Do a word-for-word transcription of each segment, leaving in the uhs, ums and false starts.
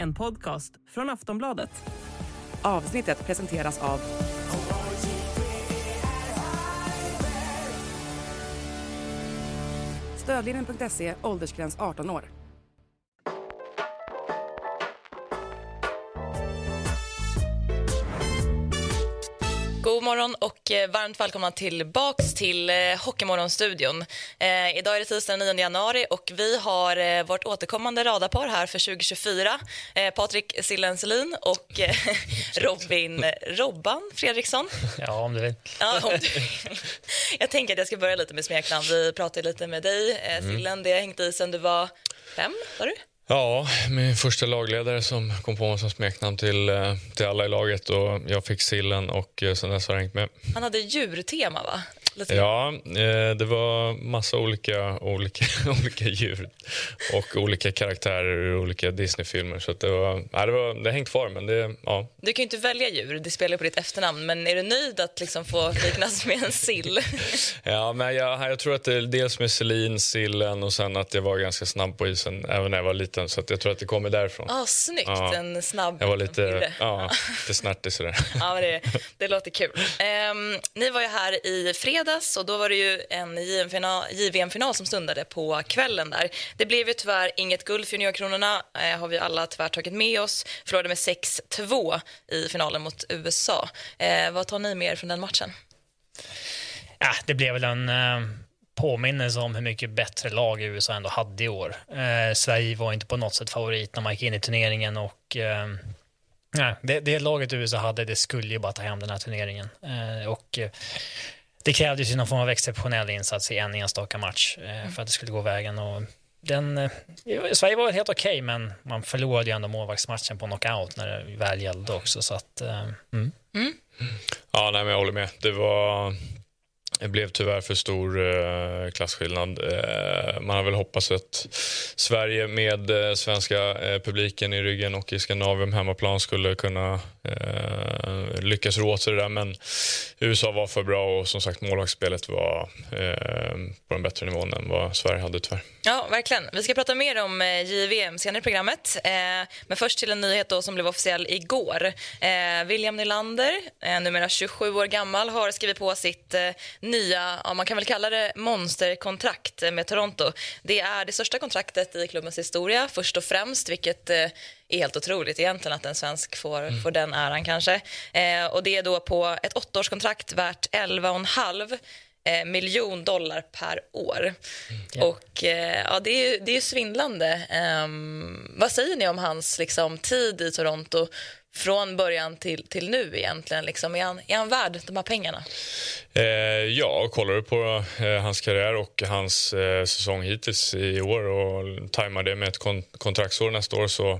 en podcast från Aftonbladet. Avsnittet presenteras av Stödlinjen punkt se, åldersgräns arton år. God morgon och varmt välkomna tillbaks till Hockeymorgonstudion. Eh, idag är det tisdag den nionde januari och vi har eh, vårt återkommande radarpar här för tjugo tjugofyra. Eh, Patrik Sillen Selin och eh, Robin Robban Fredriksson. Ja, om du vill. Ja, om du vill. Jag tänker att jag ska börja lite med smeknamn. Vi pratade lite med dig, eh, Sillen. Mm. Det har hängt i sen du var fem, var du? Ja, min första lagledare som kom på mig som smeknamn till, till alla i laget, och jag fick Sillen och sen dess har jag hängt med. Han hade djurtema, va? Lite. Ja, det var massa olika, olika, olika djur och olika karaktärer i olika Disney-filmer. Så att det, var, ja, det, var, det har hängt kvar, men det, ja. Du kan ju inte välja djur, det spelar på ditt efternamn. Men är du nöjd att liksom få liknas med en sill? Ja, men jag, jag tror att det är dels med Selin, Sillen och sen att jag var ganska snabb på isen även när jag var liten. Så att jag tror att det kommer därifrån. Ja, ah, snyggt. Ja. En snabb... Jag var lite, ja, lite snärtig sådär. Ja, men det, det låter kul. Um, ni var ju här i fredag. Och då var det ju en J V M-final som stundade på kvällen där. Det blev ju tyvärr inget guld för juniorkronorna. Eh, har vi alla tyvärr tagit med oss. Förlorade med sex två i finalen mot U S A. Eh, vad tar ni med er från den matchen? Ja, det blev väl en eh, påminnelse om hur mycket bättre lag U S A ändå hade i år. Eh, Sverige var inte på något sätt favorit när man gick in i turneringen och... Eh, nej, det, det laget U S A hade, det skulle ju bara ta hem den här turneringen. Eh, och... Eh, Det krävdes ju någon form av exceptionell insats i en enstaka match eh, för att det skulle gå vägen. Och den, eh, Sverige var helt okej, okay, men man förlorade ju ändå målvaktsmatchen på knockout när det väl gällde också. Så att, eh, mm. Mm. Ja, nej, men jag håller med. Det var... Det blev tyvärr för stor eh, klasskillnad. Eh, man har väl hoppats att Sverige med eh, svenska eh, publiken i ryggen och i Skandinavien hemmaplan skulle kunna eh, lyckas rå sig det där. Men U S A var för bra och som sagt målvaktsspelet var eh, på en bättre nivå än vad Sverige hade tyvärr. Ja, verkligen. Vi ska prata mer om eh, J V M senare i programmet. Eh, men först till en nyhet då som blev officiell igår. Eh, William Nylander, eh, numera tjugosju år gammal, har skrivit på sitt eh, nya, ja, man kan väl kalla det monsterkontrakt med Toronto. Det är det största kontraktet i klubbens historia, först och främst, vilket eh, är helt otroligt egentligen att en svensk får, mm. får den äran kanske. Eh, och det är då på ett åttaårskontrakt värt elva komma fem eh, miljon dollar per år. Mm. Yeah. Och eh, ja, det är ju det är svindlande. Eh, vad säger ni om hans liksom, tid i Toronto från början till, till nu egentligen? Liksom, är, han, är han värd de här pengarna? Eh, ja, kollar du på eh, hans karriär och hans eh, säsong hittills i år och tajmar det med ett kon- kontraktsår nästa år, så,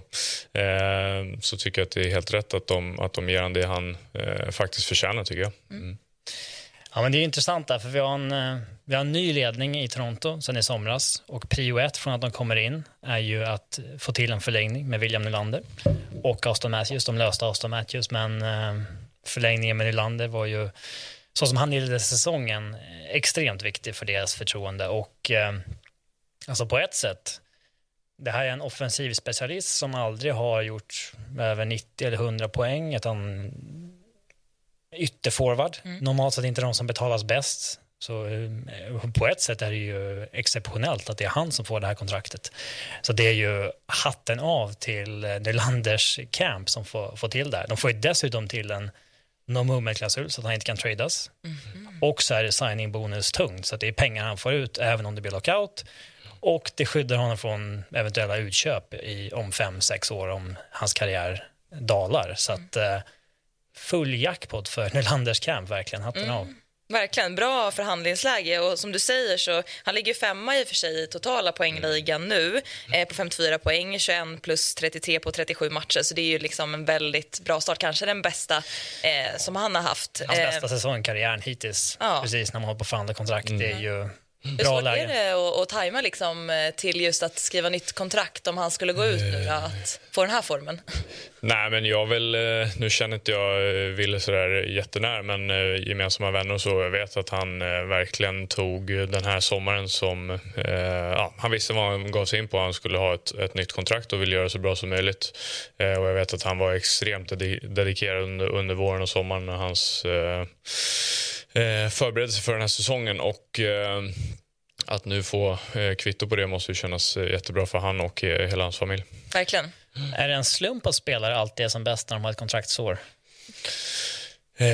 eh, så tycker jag att det är helt rätt att de, att de ger han det han eh, faktiskt förtjänar, tycker jag. Mm. Ja, men det är intressant där, för vi har en, vi har en ny ledning i Toronto sedan i somras, och prio ett från att de kommer in är ju att få till en förlängning med William Nylander och Auston Matthews. De löste Auston Matthews, men eh, förlängningen med Nylander var ju, så som han inledde säsongen, extremt viktig för deras förtroende. Och eh, alltså på ett sätt, det här är en offensiv specialist som aldrig har gjort över nittio eller hundra poäng, utan ytterforward. Mm. Normalt sett inte de som betalas bäst. Så på ett sätt är det ju exceptionellt att det är han som får det här kontraktet. Så det är ju hatten av till Nylanders camp som får, får till där. De får ju dessutom till en no-movement-klausul så att han inte kan tradas. Mm. Och så är det signing-bonus tungt, så att det är pengar han får ut även om det blir lockout. Och det skyddar honom från eventuella utköp i, om fem, sex år om hans karriär dalar. Så att eh, full jackpot för Nylanders camp, verkligen, hatten mm. av. Verkligen, bra förhandlingsläge, och som du säger så han ligger femma i och för sig i totala poängligan nu eh, på femtiofyra poäng, tjugoett plus trettiotre på trettiosju matcher, så det är ju liksom en väldigt bra start, kanske den bästa eh, som han har haft. Hans eh, bästa säsong i karriären hittills, ja. Precis när man har på förhandla kontrakt, mm. det är ju Hur svårt är det att, att tajma liksom till just att skriva nytt kontrakt om han skulle gå ut nu då, att få den här formen? Nej, men jag vill, nu känner inte jag Ville sådär jättenär, men gemensamma vänner och så, jag vet att han verkligen tog den här sommaren som, eh, ja, han visste vad han gav sig in på. Han skulle ha ett, ett nytt kontrakt och ville göra så bra som möjligt. Eh, och jag vet att han var extremt dedikerad under, under våren och sommaren när hans eh, eh, förberedelse för den här säsongen, och eh, att nu få eh, kvitto på det måste ju kännas jättebra för han och eh, hela hans familj. Verkligen. Är det en slump att spelare alltid är som bäst när de har ett kontraktsår? Eh,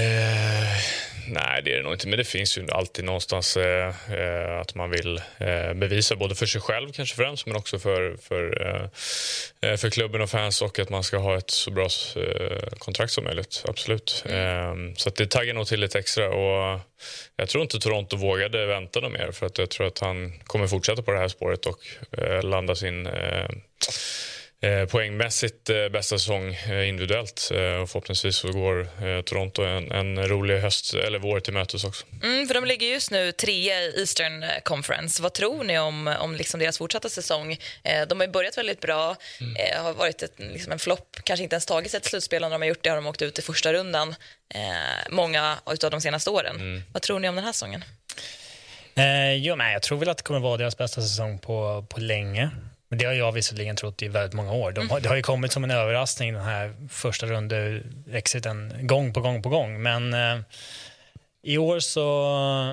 nej, det är det nog inte. Men det finns ju alltid någonstans eh, att man vill eh, bevisa både för sig själv kanske främst, men också för, för, eh, för klubben och fans, och att man ska ha ett så bra eh, kontrakt som möjligt. Absolut. Mm. Eh, så att det taggar nog till lite extra, och jag tror inte Toronto vågade vänta något mer, för att jag tror att han kommer fortsätta på det här spåret och eh, landa sin eh, Eh, poängmässigt eh, bästa säsong eh, individuellt, eh, och förhoppningsvis så går eh, Toronto en, en rolig höst eller vår till mötes också. Mm, för de ligger just nu trea i Eastern Conference. Vad tror ni om, om liksom deras fortsatta säsong? Eh, de har ju börjat väldigt bra, mm. eh, har varit ett, liksom en flopp, kanske inte ens tagit sig ett slutspel. När de har gjort det har de åkt ut i första rundan eh, många av de senaste åren. Mm. Vad tror ni om den här säsongen? Eh, jo, men jag tror väl att det kommer vara deras bästa säsong på, på länge. Men det har jag visserligen trott i väldigt många år. De har, det har ju kommit som en överraskning, den här första runda-exiten, gång på gång på gång. Men eh, i år så...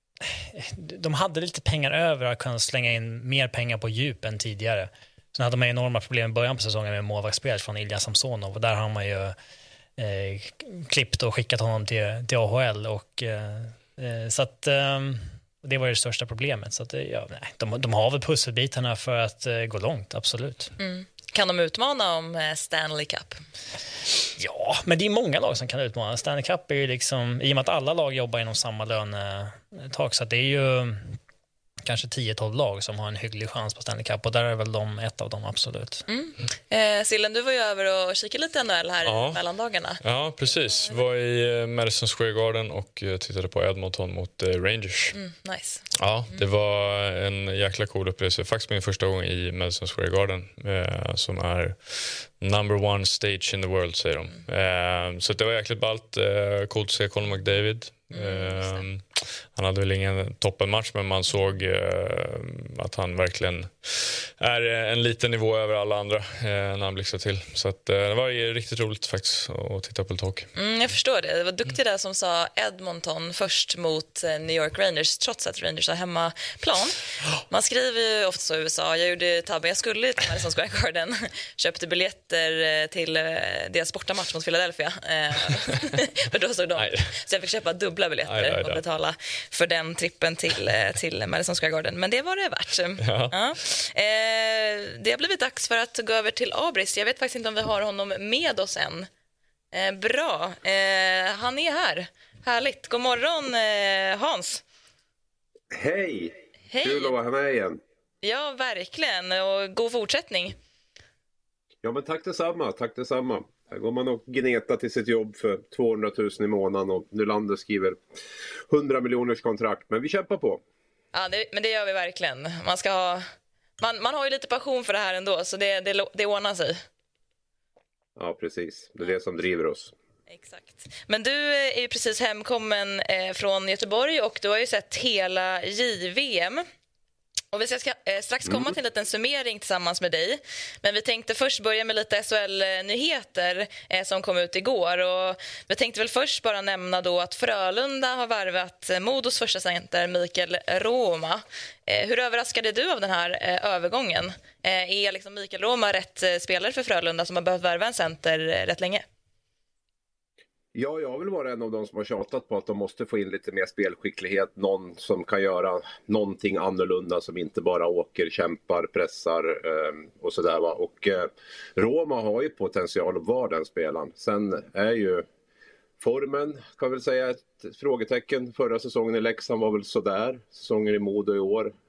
De hade lite pengar över att kunna slänga in mer pengar på djup än tidigare. Sen hade man enorma problem i början på säsongen med målvaktsspelet från Ilja Samsonov. Och där har man ju eh, klippt och skickat honom till, till A H L. Och, eh, så att... Eh, det var det största problemet. Så att, ja, nej, de, de har väl pusselbitarna för att uh, gå långt, absolut. Mm. Kan de utmana om uh, Stanley Cup? Ja, men det är många lag som kan utmana. Stanley Cup är ju liksom, i och med att alla lag jobbar inom samma lönetak, så att det är ju kanske tio tolv lag som har en hygglig chans på Stanley Cup, och där är väl de ett av dem, absolut. Mm. Eh, Sillen, du var ju över och kikade lite N H L här ja. i mellandagarna. Ja, precis. Var i Madison Square Garden och tittade på Edmonton mot Rangers. Mm, nice. Ja, det var en jäkla cool upplevelse. Faktiskt min första gång i Madison Square Garden, eh, som är number one stage in the world, säger de. Mm. Eh, så det var jäkligt ballt. Eh, coolt att se Conor McDavid. Mm, han hade väl ingen toppenmatch, men man såg uh, att han verkligen är en liten nivå över alla andra uh, när han blixtrar till. Så att, uh, det var riktigt roligt faktiskt att titta på hockey. Mm, jag förstår det. Det var duktigt där som sa Edmonton först mot uh, New York Rangers, trots att Rangers har hemmaplan. Man skriver ju ofta så i U S A. Jag gjorde tabben. Jag skulle till Madison Square Garden. Köpte biljetter till uh, deras bortamatch mot Philadelphia. Uh, för då såg de. Nej. Så jag fick köpa dubbla biljetter aj, aj, aj. och betala för den trippen till, till Madison Square Garden. Men det var det värt. Ja. Ja. Eh, det har blivit dags för att gå över till Abris. Jag vet faktiskt inte om vi har honom med oss än. Eh, bra. Eh, han är här. Härligt. God morgon, eh, Hans. Hej. Hej. Kul att vara med igen. Ja, verkligen. Och god fortsättning. Ja, men tack detsamma. Tack detsamma. Här går man och gnetar till sitt jobb för tvåhundratusen i månaden, och Nylander skriver hundra miljoners kontrakt. Men vi kämpar på. Ja, det, men det gör vi verkligen. Man ska ha, man, man har ju lite passion för det här ändå, så det, det, det ordnar sig. Ja, precis. Det är det som driver oss. Exakt. Men du är ju precis hemkommen eh, från Göteborg, och du har ju sett hela J V M. Och vi ska eh, strax komma till en liten summering tillsammans med dig. Men vi tänkte först börja med lite S H L-nyheter eh, som kom ut igår. Och vi tänkte väl först bara nämna då att Frölunda har värvat eh, Modos första center Mikael Roma. Eh, hur överraskade du av den här eh, övergången? Eh, är liksom Mikael Roma rätt eh, spelare för Frölunda som har behövt värva en center eh, rätt länge? Ja, jag vill vara en av de som har tjatat på att de måste få in lite mer spelskicklighet. Någon som kan göra någonting annorlunda, som inte bara åker, kämpar, pressar eh, och sådär va. Och eh, Roma har ju potential att vara den spelaren. Sen är ju formen, kan väl säga, ett frågetecken. Förra säsongen i Leksand var väl sådär. Säsongen i Modo i år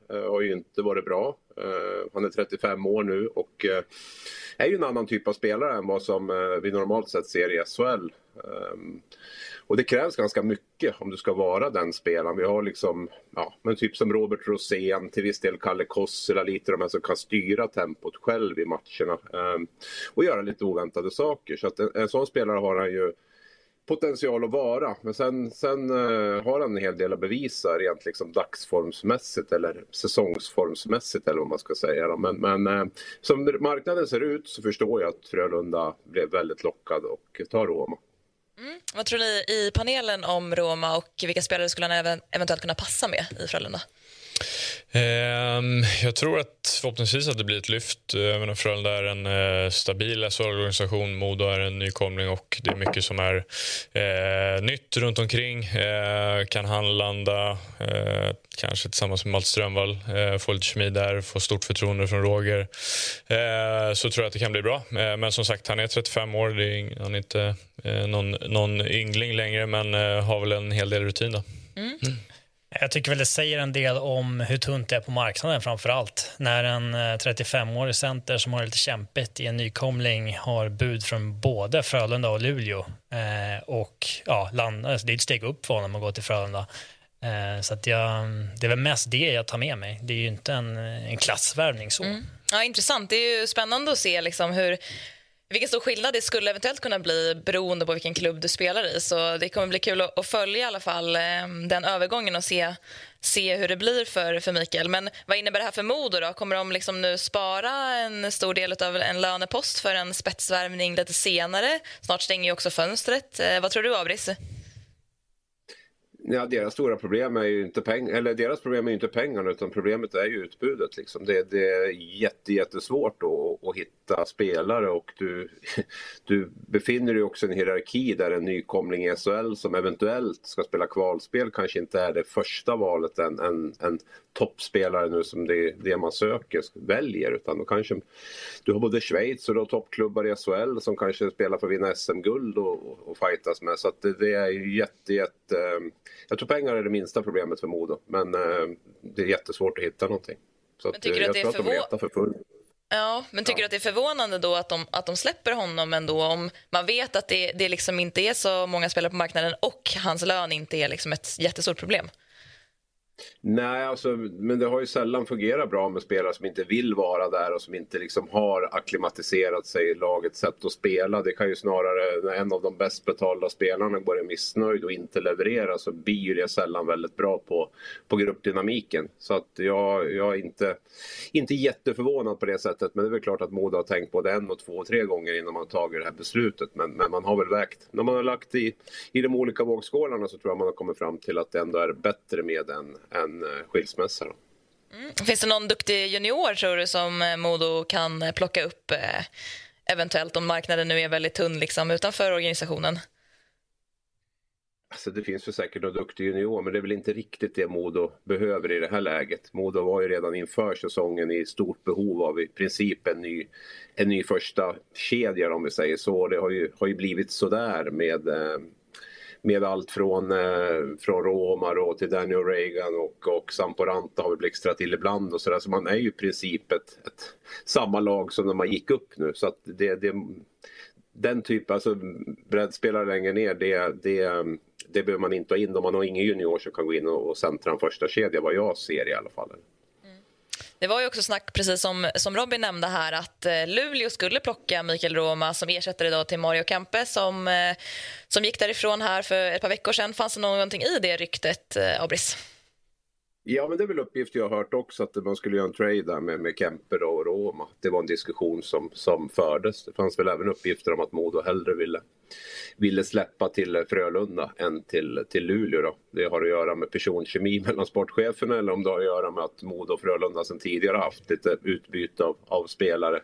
eh, har ju inte varit bra. Eh, han är trettiofem år nu och eh, är ju en annan typ av spelare än vad som eh, vi normalt sett ser i S H L. Eh, och det krävs ganska mycket om du ska vara den spelaren. Vi har liksom, ja, men typ som Robert Rosén, till viss del Kalle Kossela, lite de här som kan styra tempot själv i matcherna. Eh, och göra lite oväntade saker. Så att en, en sån spelare har han ju potential att vara, men sen, sen uh, har han en hel del att bevisa rent liksom dagsformsmässigt eller säsongsformsmässigt eller vad man ska säga. Men, men uh, som marknaden ser ut så förstår jag att Frölunda blev väldigt lockad och tar Roma. Mm. Vad tror ni i panelen om Roma och vilka spelare skulle han även, eventuellt kunna passa med i Frölunda? Um, jag tror att förhoppningsvis att det blir ett lyft. Jag menar, Frölunda är en uh, stabil S H L-organisation, Modo är en nykomling och det är mycket som är uh, nytt runt omkring. Uh, kan han landa uh, kanske tillsammans med Malte Strömvall, uh, få lite kemi där, få stort förtroende från Roger, uh, så tror jag att det kan bli bra. Uh, men som sagt, han är trettiofem år, det är ing- han är inte uh, någon, någon yngling längre, men uh, har väl en hel del rutin då. Mm. Mm. Jag tycker väl det säger en del om hur tunt det är på marknaden framför allt. När en trettiofem-årig center som har lite kämpigt i en nykomling har bud från både Frölunda och Luleå. Eh, och ja, land, alltså det är ett steg upp för honom att gå till Frölunda. Eh, så att jag, det är väl mest det jag tar med mig. Det är ju inte en, en klassvärvning så. Mm. Ja, intressant. Det är ju spännande att se liksom hur... Vilken stor skillnad det skulle eventuellt kunna bli beroende på vilken klubb du spelar i. Så det kommer bli kul att följa i alla fall den övergången och se, se hur det blir för, för Mikael. Men vad innebär det här för Modo då? Kommer de liksom nu spara en stor del av en lönepost för en spetsvärvning lite senare? Snart stänger ju också fönstret. Vad tror du, Abris? Ja, deras stora problem är ju inte peng- eller deras problem är ju inte pengarna, utan problemet är ju utbudet liksom. Det, det är jätte, jättesvårt att, att hitta spelare, och du, du befinner dig också i en hierarki där en nykomling i S H L som eventuellt ska spela kvalspel kanske inte är det första valet en, en, en toppspelare nu som det, det man söker väljer, utan då kanske du har både Schweiz och då toppklubbar i S H L som kanske spelar för att vinna S M-guld och, och fightas med, så att det, det är ju jätte, jätte jag tror pengar är det minsta problemet för Modo, men eh, det är jättesvårt att hitta någonting. Så att, tycker du jag att det är tror att de förvå- letar för full. Ja, men tycker du Ja. att det är förvånande då att de, att de släpper honom ändå, om man vet att det, det liksom inte är så många spelare på marknaden och hans lön inte är liksom ett jättestort problem? Nej, alltså, men det har ju sällan fungerat bra med spelare som inte vill vara där och som inte liksom har akklimatiserat sig i lagets sätt att spela. Det kan ju snarare, när en av de bäst betalda spelarna går är missnöjd och inte levererar, så blir det sällan väldigt bra på, på gruppdynamiken. Så att jag, jag är inte, inte jätteförvånad på det sättet, men det är väl klart att Modo har tänkt på det en och två och tre gånger innan man tagit det här beslutet. Men, men man har väl vägt, när man har lagt i, i de olika vågskålarna, så tror jag man har kommit fram till att det ändå är bättre med en en skilsmässa. Mm. Finns det någon duktig junior, tror du, som Modo kan plocka upp eh, eventuellt om marknaden nu är väldigt tunn liksom, utanför organisationen? Alltså det finns för säkert någon duktig junior, men det är väl inte riktigt det Modo behöver i det här läget. Modo var ju redan inför säsongen i stort behov av i princip en ny, en ny första kedja, om vi säger så. Det har ju, har ju blivit sådär med eh, med allt från, eh, från Roma till Daniel Reagan och, och Samporanta har vi blixtrat till ibland och sådär. Så man är ju i princip ett, ett samma lag som när man gick upp nu. Så att det, det, den typen, alltså breddspelare längre ner, det, det, det behöver man inte ha in om man har ingen junior som kan gå in och, och centra en första kedja, vad jag ser i alla fall. Det var ju också snack, precis som, som Robin nämnde här, att eh, Luleå skulle plocka Mikael Roma som ersättare då till Mario Kempe som, eh, som gick därifrån här för ett par veckor sedan. Fanns det någonting i det ryktet, eh, Abris? Ja, men det är väl uppgift jag har hört också, att man skulle göra en trade där med, med Kemper och Roma. Det var en diskussion som, som fördes. Det fanns väl även uppgifter om att Modo hellre ville, ville släppa till Frölunda än till, till Luleå då. Det har att göra med personkemi mellan sportcheferna, eller om det har att göra med att Modo och Frölunda sedan tidigare haft lite utbyte av, av spelare.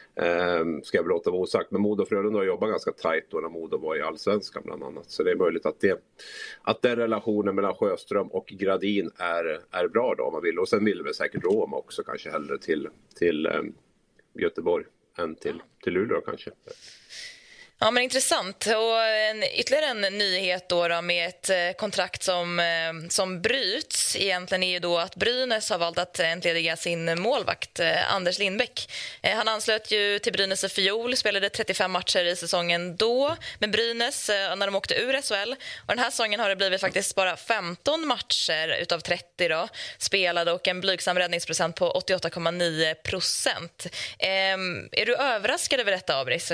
Um, ska jag väl låta vara osagt, men Modo och Frölunda har jobbat ganska tajt då när Modo var i Allsvenskan bland annat, så det är möjligt att det att den relationen mellan Sjöström och Gradin är, är bra då om man vill, och sen vill vi säkert Roma också kanske hellre till, till um, Göteborg än till, till Luleå kanske. Ja, men intressant. Och en, ytterligare en nyhet då, då med ett eh, kontrakt som, eh, som bryts egentligen är ju då att Brynäs har valt att entlediga sin målvakt eh, Anders Lindbäck. Eh, han anslöt ju till Brynäs i fjol, spelade trettiofem matcher i säsongen då med Brynäs eh, när de åkte ur S H L. Och den här säsongen har det blivit faktiskt bara femton matcher utav trettio då, spelade och en blygsam räddningsprocent på åttioåtta komma nio procent. Eh, är du överraskad över detta, Abris?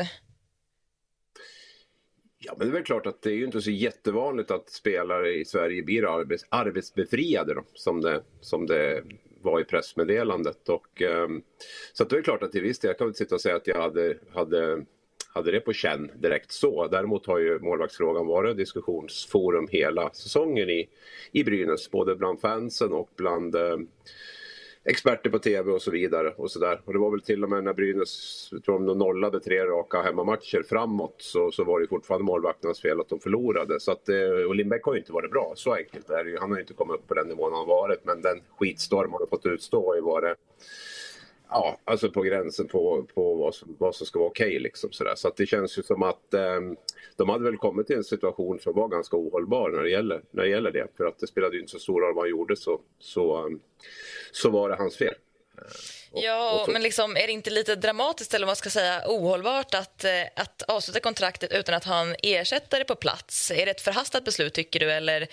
Ja, men det är väl klart att det är ju inte så jättevanligt att spelare i Sverige blir arbets, arbetsbefriade då, som, det, som det var i pressmeddelandet. Och, eh, så att det är klart att till viss del, jag kan inte sitta och säga att jag hade, hade, hade det på känn direkt så. Däremot har ju målvaktsfrågan varit diskussionsforum hela säsongen i, i Brynäs, både bland fansen och bland eh, experter på tv och så vidare och så där. Och det var väl till och med när Brynäs, jag tror de nollade tre raka hemmamatcher framåt, så, så var det fortfarande målvakternas fel att de förlorade. Så att, och Lindbäck har ju inte varit bra, så enkelt är det ju. Han har ju inte kommit upp på den nivån han varit, men den skitstorm han har fått utstå har ju varit, ja, alltså på gränsen på, på vad, som, vad som ska vara okej liksom sådär. Så att det känns ju som att eh, de hade väl kommit till en situation som var ganska ohållbar när det gäller, när det, gäller det. För att det spelade ju inte så stor roll vad han gjorde, så, så, så var det hans fel. Och, ja, och men liksom, är det inte lite dramatiskt eller vad man ska säga ohållbart att, att avsluta kontraktet utan att han ersätter det på plats? Är det ett förhastat beslut, tycker du, eller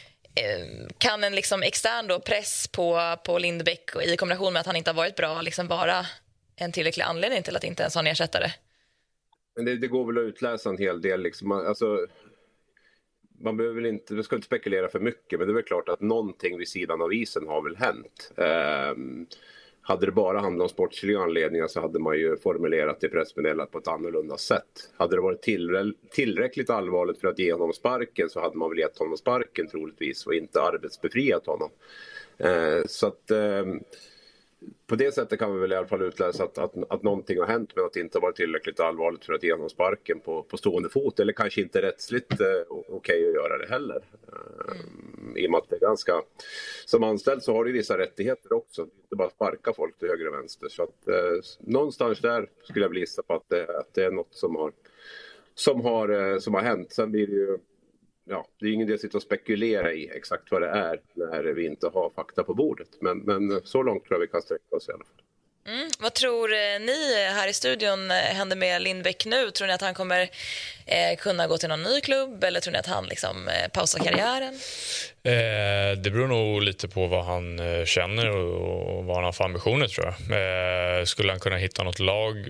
kan en liksom extern då press på, på Lindbäck i kombination med att han inte har varit bra liksom vara en tillräcklig anledning till att inte ens ha en ersättare? Men det, det går väl att utläsa en hel del liksom, alltså, man behöver väl inte, vi ska inte spekulera för mycket, men det är väl klart att någonting vid sidan av isen har väl hänt. Um, hade det bara handlat om sportsliga anledningar så hade man ju formulerat det pressmeddelandet på ett annorlunda sätt. Hade det varit tillrä- tillräckligt allvarligt för att ge honom sparken, så hade man väl gett honom sparken troligtvis och inte arbetsbefriat honom. Uh, så att uh, på det sättet kan vi väl i alla fall utläsa att, att, att någonting har hänt, men att det inte har varit tillräckligt allvarligt för att ge honom sparken på, på stående fot, eller kanske inte rättsligt eh, okej okay att göra det heller. Mm. I och med att det är ganska, som anställd så har du vissa rättigheter också, inte bara sparka folk till höger och vänster. Så att eh, någonstans där skulle jag vilja gissa på att det, att det är något som har, som har, eh, som har hänt. Sen blir det ju, ja, det är ingen idé att sitta och spekulera i exakt vad det är när vi inte har fakta på bordet. Men, men så långt tror jag vi kan sträcka oss i alla fall. Mm. Vad tror ni här i studion händer med Lindbäck nu? Tror ni att han kommer eh, kunna gå till någon ny klubb, eller tror ni att han liksom eh, pausar karriären? Eh, det beror nog lite på vad han eh, känner och, och vad han har för ambitioner, tror jag. Eh, skulle han kunna hitta något lag?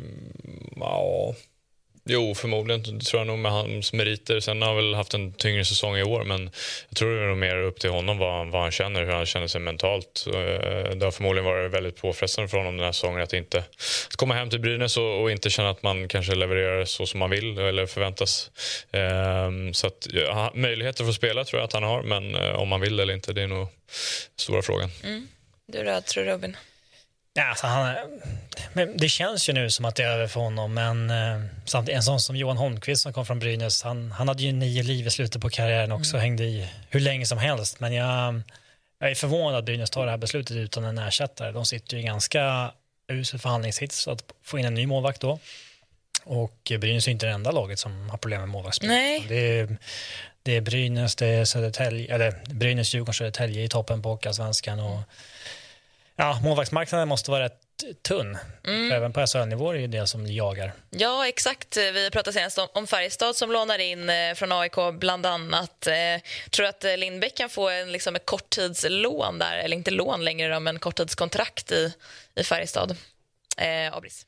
Ja... Jo, förmodligen tror jag nog med hans meriter. Sen har han väl haft en tyngre säsong i år, men jag tror det är nog mer upp till honom vad, vad han känner, hur han känner sig mentalt. Det har förmodligen varit väldigt påfrestande för honom den här säsongen att inte att komma hem till Brynäs och, och inte känna att man kanske levererar så som man vill eller förväntas. Så att ja, möjligheter för att spela tror jag att han har, men om man vill eller inte, det är nog stora frågan. Mm. Du då, tror Robin? Ja, alltså han, men det känns ju nu som att det är över för honom, men eh, samtidigt, en sån som Johan Holmqvist som kom från Brynäs, han, han hade ju nio liv i slutet på karriären också, mm. hängde i hur länge som helst, men jag, jag är förvånad att Brynäs tar det här beslutet utan en ersättare. De sitter ju i ganska usel förhandlingshits att få in en ny målvakt då, och Brynäs är inte det enda laget som har problem med målvaktsspel. Nej. Det är, det är Brynäs, det är Södertälje, eller Brynäs, Djurgården, Södertälje i toppen på Hockeyallsvenskan, och ja, målvaktsmarknaden måste vara rätt tunn. Mm. Även på S H L-nivå är det som jagar. Ja, exakt. Vi pratade senast om, om Färjestad som lånar in eh, från A I K bland annat. Eh, tror att eh, Lindbäck kan få en, liksom, ett korttidslån där, eller inte lån längre, men korttidskontrakt i, i Färjestad. Eh, Abris.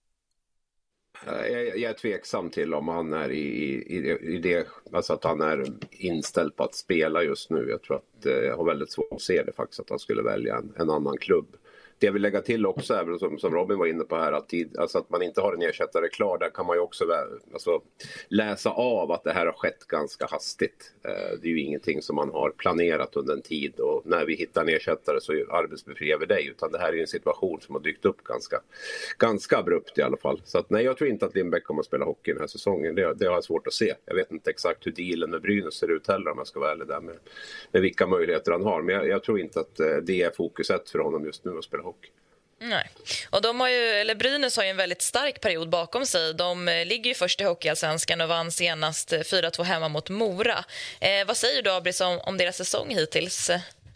Jag, jag är tveksam till om han är i, i, i det, alltså att han är inställd på att spela just nu. Jag tror att eh, jag har väldigt svårt att se det faktiskt, att han skulle välja en, en annan klubb. Det jag vill lägga till också är, som, som Robin var inne på här, att, tid, alltså att man inte har en ersättare klar. Där kan man ju också alltså, läsa av att det här har skett ganska hastigt. Eh, det är ju ingenting som man har planerat under en tid, och när vi hittar en ersättare så arbetsbefriar vi dig. Utan det här är en situation som har dykt upp ganska, ganska abrupt i alla fall. Så att, nej, jag tror inte att Lindbäck kommer att spela hockey den här säsongen. Det, det har jag svårt att se. Jag vet inte exakt hur dealen med Brynäs ser ut heller, om jag ska vara ärlig där med, med vilka möjligheter han har. Men jag, jag tror inte att det är fokuset för honom just nu att spela hockey. Nej. Och de har ju, eller Brynäs har ju en väldigt stark period bakom sig. De ligger ju först i Hockeyallsvenskan och vann senast fyra två hemma mot Mora. Eh, vad säger du, Abris, om, om deras säsong hittills?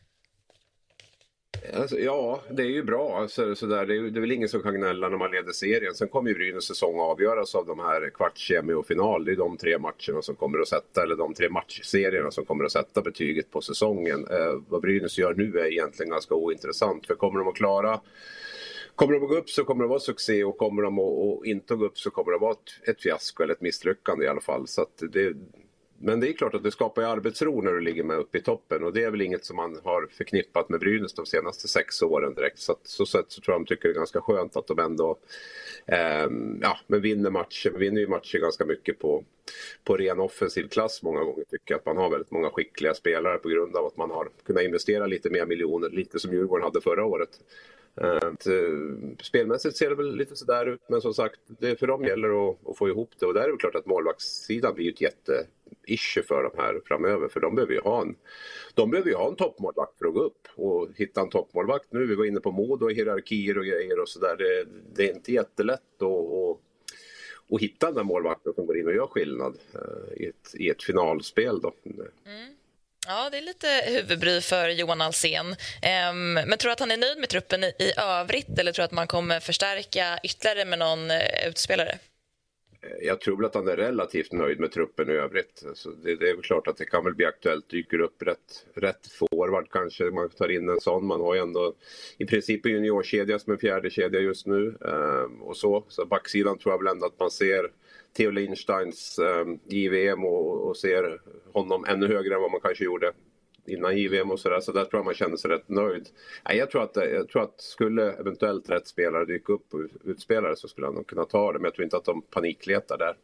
Alltså, ja, det är ju bra. Alltså, så där, det, är, det är väl ingen som kan gnälla när man leder serien. Sen kommer ju Brynäs säsong avgöras av de här kvarts, semi och final. Det är de tre matcherna som kommer att sätta, eller de tre matchserierna som kommer att sätta betyget på säsongen. Eh, vad Brynäs gör nu är egentligen ganska ointressant. För kommer de att klara... Kommer de att gå upp så kommer det vara succé, och kommer de att, att inte gå upp så kommer det vara ett, ett fiasko eller ett misslyckande i alla fall. Så att det, men det är klart att det skapar arbetsro när du ligger med uppe i toppen, och det är väl inget som man har förknippat med Brynäs de senaste sex åren direkt. Så att, så sätt så tror jag de tycker det är ganska skönt att de ändå eh, ja, men vinner matcher. Vinner ju matcher ganska mycket på, på ren offensiv klass många gånger, tycker jag, att man har väldigt många skickliga spelare på grund av att man har kunnat investera lite mer miljoner, lite som Djurgården hade förra året. Uh, spelmässigt ser det väl lite sådär ut, men som sagt, det för dem gäller att, att få ihop det, och där är det klart att målvaktssidan blir ett jätte-issue för dem här framöver, för de behöver ju ha en de behöver ju ha en toppmålvakt för att gå upp, och hitta en toppmålvakt nu, vi var inne på mod och hierarkier och grejer och sådär, det, det är inte jättelätt att, att, att hitta den där målvakten som går in och gör skillnad uh, i, ett, i ett finalspel då. Mm. Ja, det är lite huvudbry för Johan Alsen. Um, men tror du att han är nöjd med truppen i, i övrigt, eller tror du att man kommer förstärka ytterligare med någon uh, utspelare? Jag tror väl att han är relativt nöjd med truppen i övrigt. Alltså det, det är väl klart att det kan väl bli aktuellt, dyker upp rätt, rätt forward kanske, man tar in en sån. Man har ju ändå i princip en juniorkedja som en fjärde kedja just nu, um, och så. Så backsidan tror jag väl ändå att man ser Theo Lindsteins um, J V M och, och ser honom ännu högre än vad man kanske gjorde innan J V M och sådär. Så där tror jag man känner sig rätt nöjd. Nej, jag tror att, jag tror att skulle eventuellt rätt spelare dyka upp och utspelare, så skulle han nog kunna ta det. Men jag tror inte att de panikletar där.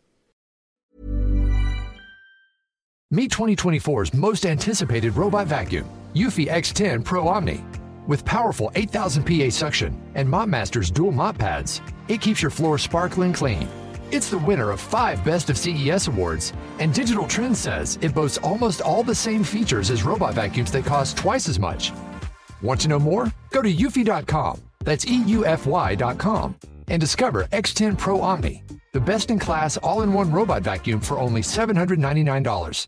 Meet twenty twenty-four's most anticipated robot vacuum, Eufy X ten Pro Omni. With powerful eight thousand P A suction and MopMaster's dual mop pads, it keeps your floor sparkling clean. It's the winner of five Best of C E S awards, and Digital Trends says it boasts almost all the same features as robot vacuums that cost twice as much. Want to know more? Go to eufy dot com, that's E U F Y dot com, and discover X ten Pro Omni, the best-in-class all-in-one robot vacuum for only seven hundred ninety-nine dollars.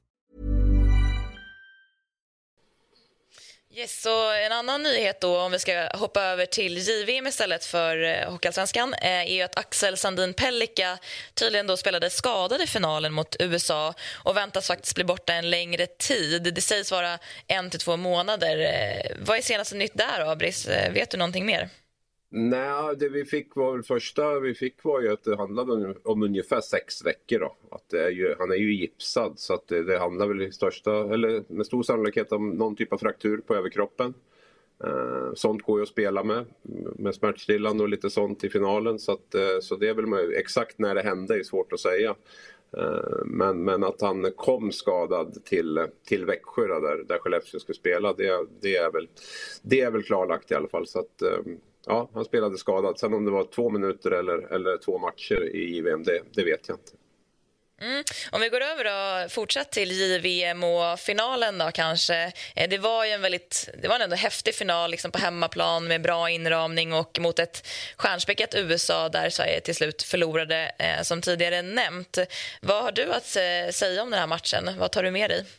Yes, så en annan nyhet då, om vi ska hoppa över till J V M istället för eh, Hockeyallsvenskan, eh, är ju att Axel Sandin Pellikka tydligen då spelade skadad i finalen mot U S A och väntas faktiskt bli borta en längre tid. Det sägs vara en till två månader. Eh, vad är senaste nytt där, Abris? Eh, vet du någonting mer? Nej, det vi fick var väl första vi fick var ju att det handlade om, om ungefär sex veckor då. Att det är ju, han är ju gipsad, så att det, det handlar väl i största, eller med stor sannolikhet om någon typ av fraktur på överkroppen. Eh, sånt går ju att spela med, med smärtstillande och lite sånt i finalen, så, att, eh, så det är väl med, exakt när det hände är svårt att säga. Eh, men, men att han kom skadad till, till Växjö där, där Skellefteå skulle spela, det, det, är väl, det är väl klarlagt i alla fall, så att eh, ja, han spelade skadad. Sen om det var två minuter eller, eller två matcher i J V M, det, det vet jag inte. Mm. Om vi går över då, fortsatt till J V M och finalen då kanske. Det var ju en väldigt, det var en ändå häftig final liksom på hemmaplan med bra inramning och mot ett stjärnspäckat U S A där Sverige till slut förlorade, eh, som tidigare nämnt. Vad har du att eh, säga om den här matchen? Vad tar du med dig?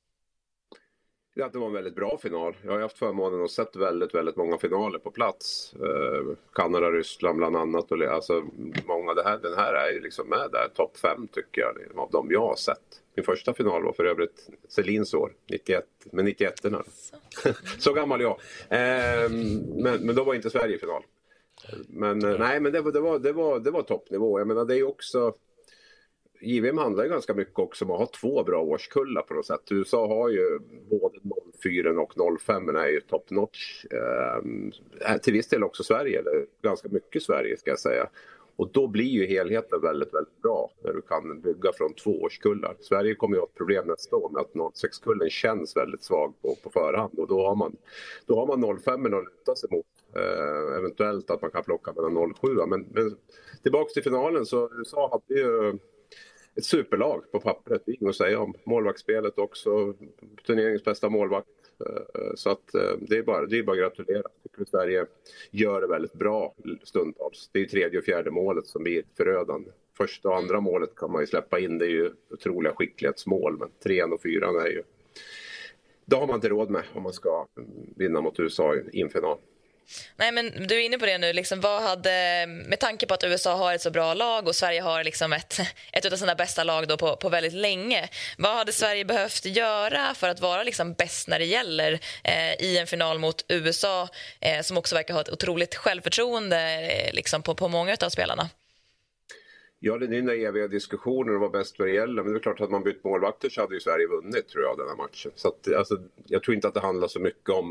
Ja, det var en väldigt bra final. Jag har haft förmånen att sett väldigt, väldigt många finaler på plats. Eh, Kanada, Ryssland bland annat. Och, alltså, många, det här, den här är ju liksom med där, topp fem tycker jag, av de jag har sett. Min första final var för övrigt Selins år, nittioett, med nittioett-erna. Så. Så gammal jag. Eh, men, men då var inte Sverige i final. Men eh, nej, men det var, det var, det var, det var toppnivå. Jag menar, det är ju också... J V M handlar ju ganska mycket också om att ha två bra årskullar på något sätt. U S A har ju både noll fyra och noll fem, är ju top notch. Eh, till viss del också Sverige, eller ganska mycket Sverige ska jag säga. Och då blir ju helheten väldigt, väldigt bra när du kan bygga från två årskullar. Sverige kommer ju ha ett problem nästa år med att noll sex-kullen känns väldigt svag på, på förhand. Och då har man, då har man noll fem att luta sig mot. Eh, eventuellt att man kan plocka mellan noll sju. Men, men tillbaka till finalen, så U S A hade ju ett superlag på pappret, det är inget att säga om. Målvaktsspelet också, turneringens bästa målvakt. Så att det är bara, det är bara att gratulera. Jag tycker att Sverige gör det väldigt bra stundtals. Det är ju tredje och fjärde målet som blir förödande. Första och andra målet kan man ju släppa in, det är ju otroliga skicklighetsmål, men trean och fyran är ju, det har man inte råd med om man ska vinna mot U S A i en final. Nej, men du är inne på det nu. Liksom, vad hade, med tanke på att U S A har ett så bra lag och Sverige har liksom ett, ett av sina bästa lag då på, på väldigt länge. Vad hade Sverige behövt göra för att vara liksom bäst när det gäller eh, i en final mot U S A eh, som också verkar ha ett otroligt självförtroende eh, liksom på, på många av spelarna? Ja, det är den eviga diskussionen om vad bäst vad det gäller. Men det är klart att man bytt målvakter så hade ju Sverige vunnit, tror jag, den här matchen. Så att, alltså, jag tror inte att det handlar så mycket om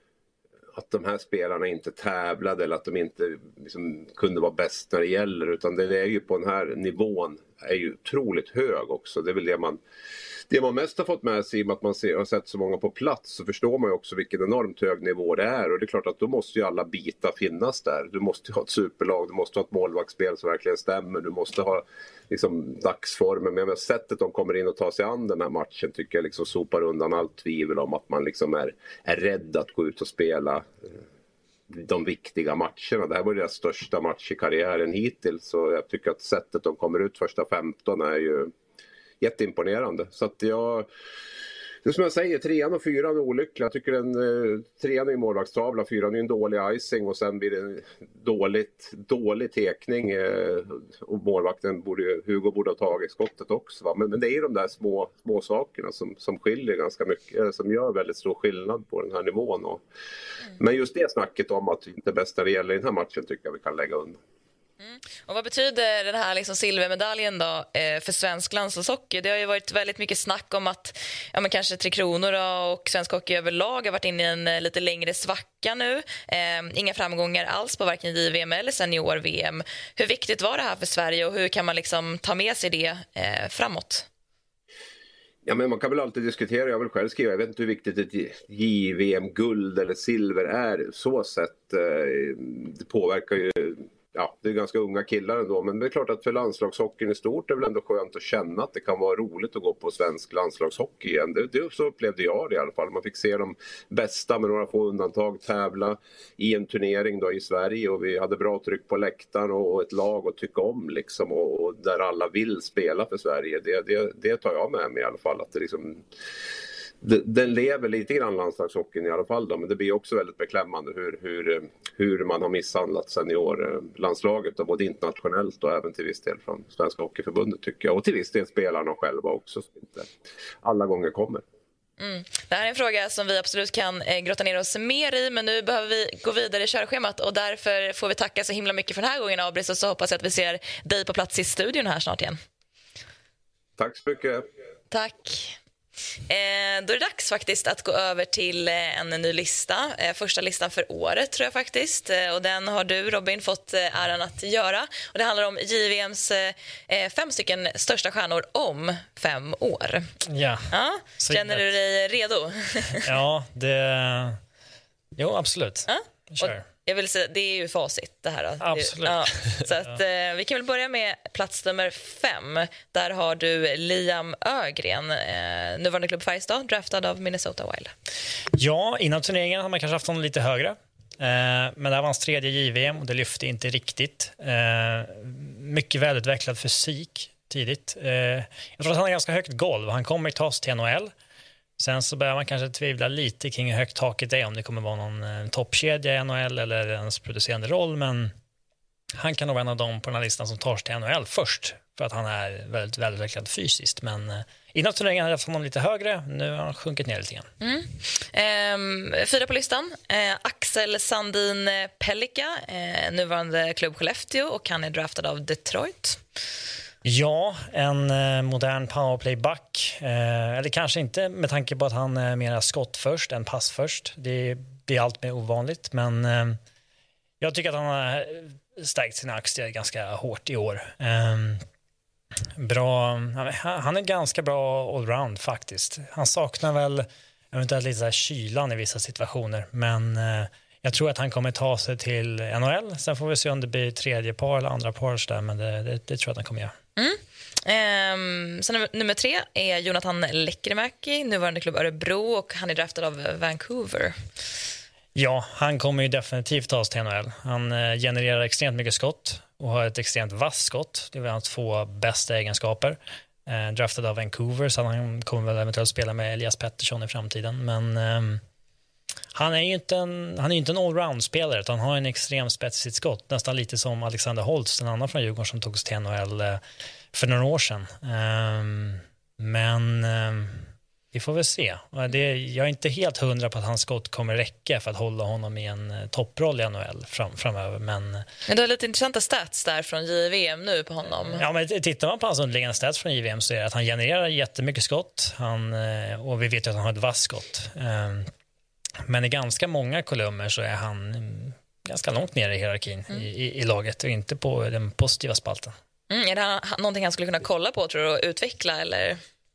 att de här spelarna inte tävlade eller att de inte liksom kunde vara bäst när det gäller. Utan det är ju på den här nivån är ju otroligt hög också. Det är väl det man, det man mest har fått med sig i med att man ser, har sett så många på plats, så förstår man ju också vilken enormt hög nivå det är. Och det är klart att då måste ju alla bitar finnas där. Du måste ha ett superlag, du måste ha ett målvaktsspel som verkligen stämmer. Du måste ha liksom dagsformen. Men sättet de kommer in och tar sig an den här matchen tycker jag liksom sopar undan allt tvivel om att man liksom är, är rädd att gå ut och spela de viktiga matcherna. Det här var deras största match i karriären hittills. Så jag tycker att sättet de kommer ut första femton är ju jätteimponerande. Så att jag, det som jag säger, trean och fyran är olyckliga. Jag tycker den eh, trean är en målvaktstavla, fyran är en dålig icing och sen blir det en dåligt, dålig tekning eh, och målvakten borde ju, Hugo borde ha tagit skottet också. Va? Men, men det är ju de där små, små sakerna som, som skiljer ganska mycket, eller som gör väldigt stor skillnad på den här nivån. Och, mm. Men just det snacket om att inte bästa det gäller i den här matchen tycker jag vi kan lägga undan. Mm. Och vad betyder den här liksom silvermedaljen då, eh, för svensk landslagshockey? Det har ju varit väldigt mycket snack om att ja, men kanske Tre Kronor då, och svensk hockey överlag har varit inne i en eh, lite längre svacka nu. Eh, inga framgångar alls på varken J V M eller senior-V M. Hur viktigt var det här för Sverige och hur kan man liksom ta med sig det eh, framåt? Ja, men man kan väl alltid diskutera, jag vill själv skriva, jag vet inte hur viktigt ett J V M-guld eller silver är. Så sätt, eh, det påverkar ju. Ja, det är ganska unga killar ändå, men det är klart att för landslagshockeyn i stort är det väl ändå skönt att känna att det kan vara roligt att gå på svensk landslagshockey igen. Det, det så upplevde jag det i alla fall. Man fick se de bästa med några få undantag tävla i en turnering då i Sverige och vi hade bra tryck på läktaren och ett lag att tycka om liksom och, och där alla vill spela för Sverige. Det, det, det tar jag med mig i alla fall, att det liksom... Den lever lite grann landslagshockeyn i alla fall då, men det blir också väldigt beklämmande hur, hur, hur man har misshandlat seniorlandslaget då, både internationellt och även till viss del från Svenska Hockeyförbundet tycker jag, och till viss del spelarna själva också som inte alla gånger kommer. Mm. Det här är en fråga som vi absolut kan eh, grotta ner oss mer i, men nu behöver vi gå vidare i körschemat och därför får vi tacka så himla mycket för den här gången, Abris, och så hoppas jag att vi ser dig på plats i studion här snart igen. Tack så mycket. Tack. Eh, då är det dags faktiskt att gå över till eh, en ny lista. Eh, första listan för året tror jag faktiskt. Eh, och den har du, Robin, fått eh, äran att göra. Och det handlar om J V M:s eh, fem stycken största stjärnor om fem år. Ja. ja känner du dig redo? Ja, det... Jo, absolut. Ja? Kör. Jag vill säga, det är ju facit det här. Absolut. Ja, så att, eh, vi kan väl börja med plats nummer fem. Där har du Liam Ögren, eh, nuvarande klubb Färjestad, draftad av Minnesota Wild. Ja, innan turneringen har man kanske haft honom lite högre. Eh, men det här var hans tredje J V M och det lyfte inte riktigt. Eh, mycket välutvecklad fysik tidigt. Eh, jag tror att han har ganska högt golv. Han kommer ta sig till N H L. Sen så börjar man kanske tvivla lite kring hur högt taket är, om det kommer vara någon eh, toppkedja i N H L eller ens producerande roll, men han kan nog vara en av dem på den här listan som tar sig till N H L först för att han är väldigt välutvecklad fysiskt, men eh, innan turneringen hade jag haft honom lite högre, nu har han sjunkit ner lite grann. Mm. Ehm, fyra på listan, eh, Axel Sandin Pellikka, eh, nuvarande klubb Skellefteå, och han är draftad av Detroit. Ja, en eh, modern powerplay-back. Eh, eller kanske inte med tanke på att han är mer skott först än pass först. Det blir allt mer ovanligt. Men eh, jag tycker att han har stärkt sina aktier ganska hårt i år. Eh, bra, han är ganska bra allround faktiskt. Han saknar väl eventuellt lite så här kylan i vissa situationer. Men eh, jag tror att han kommer ta sig till N H L. Sen får vi se om det blir tredje par eller andra par där, men det, det, det tror jag att han kommer göra. Mm. Um, så nummer, nummer tre är Jonathan Lekkerimäki, nuvarande klubb Örebro, och han är draftad av Vancouver. Ja, han kommer ju definitivt ta oss till N H L. Han eh, genererar extremt mycket skott och har ett extremt vass skott. Det är väl hans två bästa egenskaper. Eh, draftad av Vancouver, så han kommer väl eventuellt spela med Elias Pettersson i framtiden. Men eh, han är ju inte en, han är inte en allround-spelare, utan han har en extremt spetsigt skott. Nästan lite som Alexander Holtz, en annan från Djurgården som togs till N H L eh, för några år sedan. Eh, men... Eh, Vi får väl se. Det, jag är inte helt hundra på att hans skott kommer räcka för att hålla honom i en topproll i N H L fram, framöver. Men, men du har lite intressanta stats där från J V M nu på honom. Ja, men tittar man på hans underliggande stats från J V M så är det att han genererar jättemycket skott. Han, och vi vet ju att han har ett vass skott. Men i ganska många kolumner så är han ganska långt ner i hierarkin mm. i, i laget och inte på den positiva spalten. Mm, är det någonting han skulle kunna kolla på, tror du, och utveckla, eller...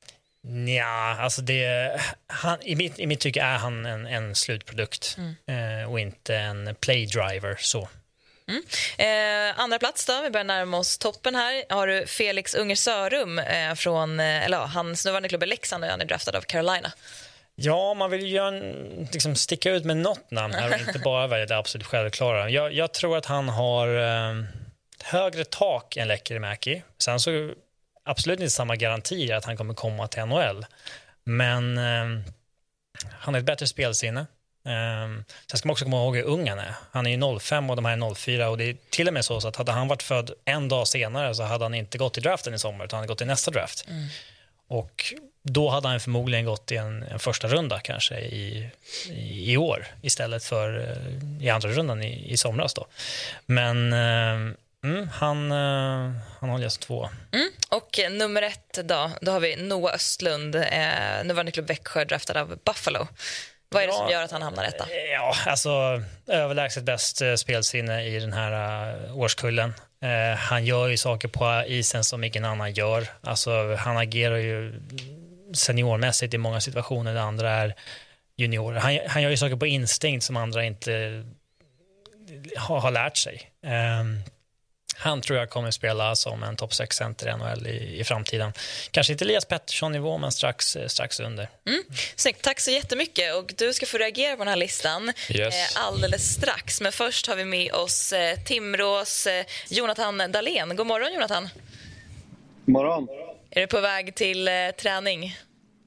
Ja, alltså det, han, i, mitt, i mitt tycke är han en, en slutprodukt mm. eh, och inte en playdriver så. Mm. Eh, andra plats då, vi börjar närma oss toppen här. Har du Felix Unger Sörum eh, från, eller ja, hans nuvarande klubb är Leksand och han är draftad av Carolina. Ja, man vill ju en, liksom sticka ut med något namn här och inte bara välja det absolut självklara. Jag, jag tror att han har eh, högre tak än Lekkerimäki. Sen så absolut inte samma garantier att han kommer komma till N H L. Men eh, han har ett bättre spelsinne. Eh, sen ska man också komma ihåg hur ung han är. Han är ju noll fem och de här är noll fyra. Och det är till och med så att hade han varit född en dag senare så hade han inte gått i draften i sommar, utan han hade gått i nästa draft. Mm. Och då hade han förmodligen gått i en, en första runda kanske i, i, i år istället för eh, i andra rundan i, i somras då. Men... Eh, Mm, han, uh, han håller som två. Mm. Och eh, nummer ett då, då har vi Noah Östlund, eh, nuvarande klubb Växjö, draftad av Buffalo. Vad är det ja, som gör att han hamnar rätta? Ja, alltså överlägset bäst uh, spelsinne i den här uh, årskullen. Uh, han gör ju saker på isen som ingen annan gör. Alltså han agerar ju seniormässigt i många situationer där andra är juniorer. Han, han gör ju saker på instinkt som andra inte har, har lärt sig. Um, Han tror jag kommer spela som en topp sex center i N H L i, i framtiden. Kanske inte Elias Pettersson-nivå, men strax, strax under. Mm. Snyggt, tack så jättemycket. Och du ska få reagera på den här listan yes. eh, alldeles strax. Men först har vi med oss eh, Timrås eh, Jonathan Dahlén. God morgon, Jonathan. God morgon. Är du på väg till eh, träning?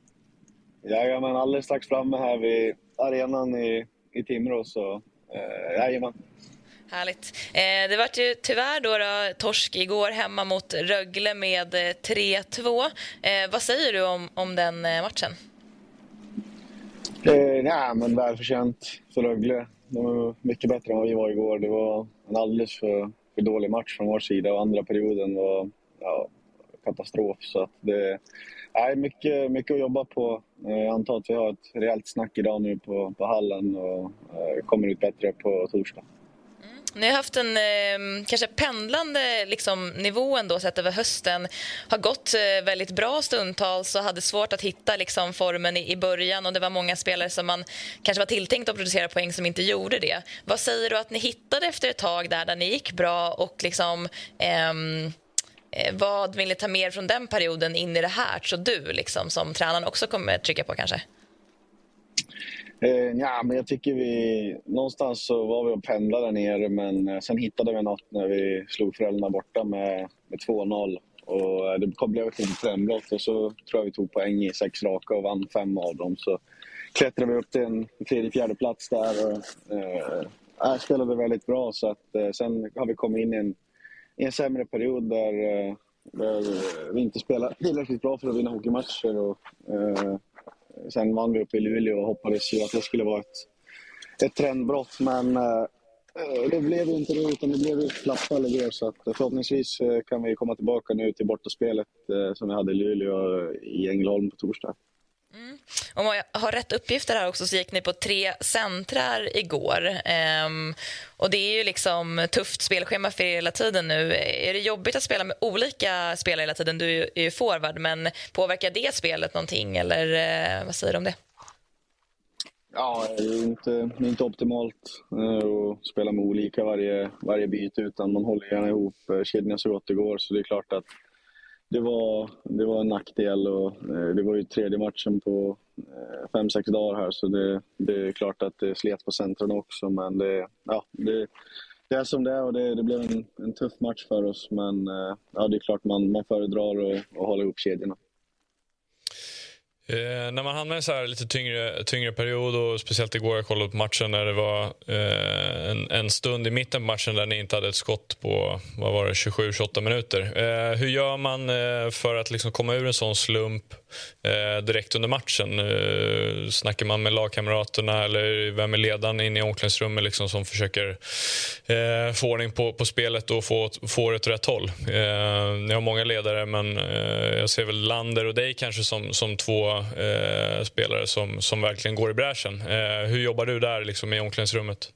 Ja, men alldeles strax framme här vid arenan i, i Timrå. Så, eh, jajamän. Härligt. Eh, det var ju tyvärr då, då torsk igår hemma mot Rögle med eh, tre två. Eh, vad säger du om, om den eh, matchen? Eh, nej, men välförtjänt för Rögle. De var mycket bättre än vad vi var igår. Det var en alldeles för, för dålig match från vår sida och andra perioden var ja, katastrof. Så att det är mycket, mycket att jobba på. Eh, jag antar att vi har ett rejält snack idag nu på, på hallen och eh, kommer ut bättre på torsdag. Ni har haft en eh, kanske pendlande liksom, nivå ändå sett över hösten. Har gått eh, väldigt bra stundtals och hade svårt att hitta liksom, formen i, i början. Och det var många spelare som man kanske var tilltänkt att producera poäng som inte gjorde det. Vad säger du att ni hittade efter ett tag där, där ni gick bra? Och liksom, ehm, eh, vad vill ni ta mer från den perioden in i det här? Så du liksom, som tränaren också kommer trycka på kanske? Eh, ja, men jag tycker vi... Någonstans så var vi och pendlade där nere, men eh, sen hittade vi något när vi slog Frölunda borta med, med två noll. Och eh, det kom, blev ett trendbrott och så tror jag vi tog poäng i sex raka och vann fem av dem. Så klättrade vi upp till en tredje, fjärde plats där och eh, spelade väldigt bra. Så att, eh, sen har vi kommit in i en, i en sämre period där, eh, där vi inte spelar tillräckligt bra för att vinna hockeymatcher. Och, eh, Sen vann vi upp i Luleå och hoppades ju att det skulle vara ett, ett trendbrott. Men eh, det blev ju inte det, utan det blev ju flappa eller det. Så att förhoppningsvis eh, kan vi komma tillbaka nu till bortaspelet eh, som vi hade i Luleå i Ängelholm på torsdag. Mm. Om jag har rätt uppgifter här också så gick ni på tre centrar igår. Ehm, och det är ju liksom tufft spelschema för er hela tiden nu. Är det jobbigt att spela med olika spelare hela tiden? Du är ju forward, men påverkar det spelet någonting? Eller eh, vad säger du om det? Ja, det är inte, det är inte optimalt eh, att spela med olika varje, varje byte, utan man håller gärna ihop eh, kedjan så gott det går. Så det är klart att det, var, det var en nackdel och eh, det var ju tredje matchen på eh, fem, sex dagar här, så det, det är klart att det slet på centren också, men det, ja, det, det är som det är och det, det blev en, en tuff match för oss, men eh, ja, det är klart man, man föredrar att, att hålla ihop kedjorna. Eh, när man hamnar i så här lite tyngre, tyngre period, och speciellt igår jag kollade på matchen när det var eh, en, en stund i mitten på matchen där ni inte hade ett skott på vad var det, tjugosju tjugoåtta minuter. Eh, hur gör man eh, för att liksom komma ur en sån slump eh, direkt under matchen? Eh, snackar man med lagkamraterna eller vem är ledaren in i omklädningsrummet liksom, som försöker eh, få ordning på, på spelet och få, få det åt rätt håll? Eh, ni har många ledare, men eh, jag ser väl Lander och dig kanske som, som två Eh, spelare som, som verkligen går i bräschen. Eh, hur jobbar du där liksom, i omklädningsrummet?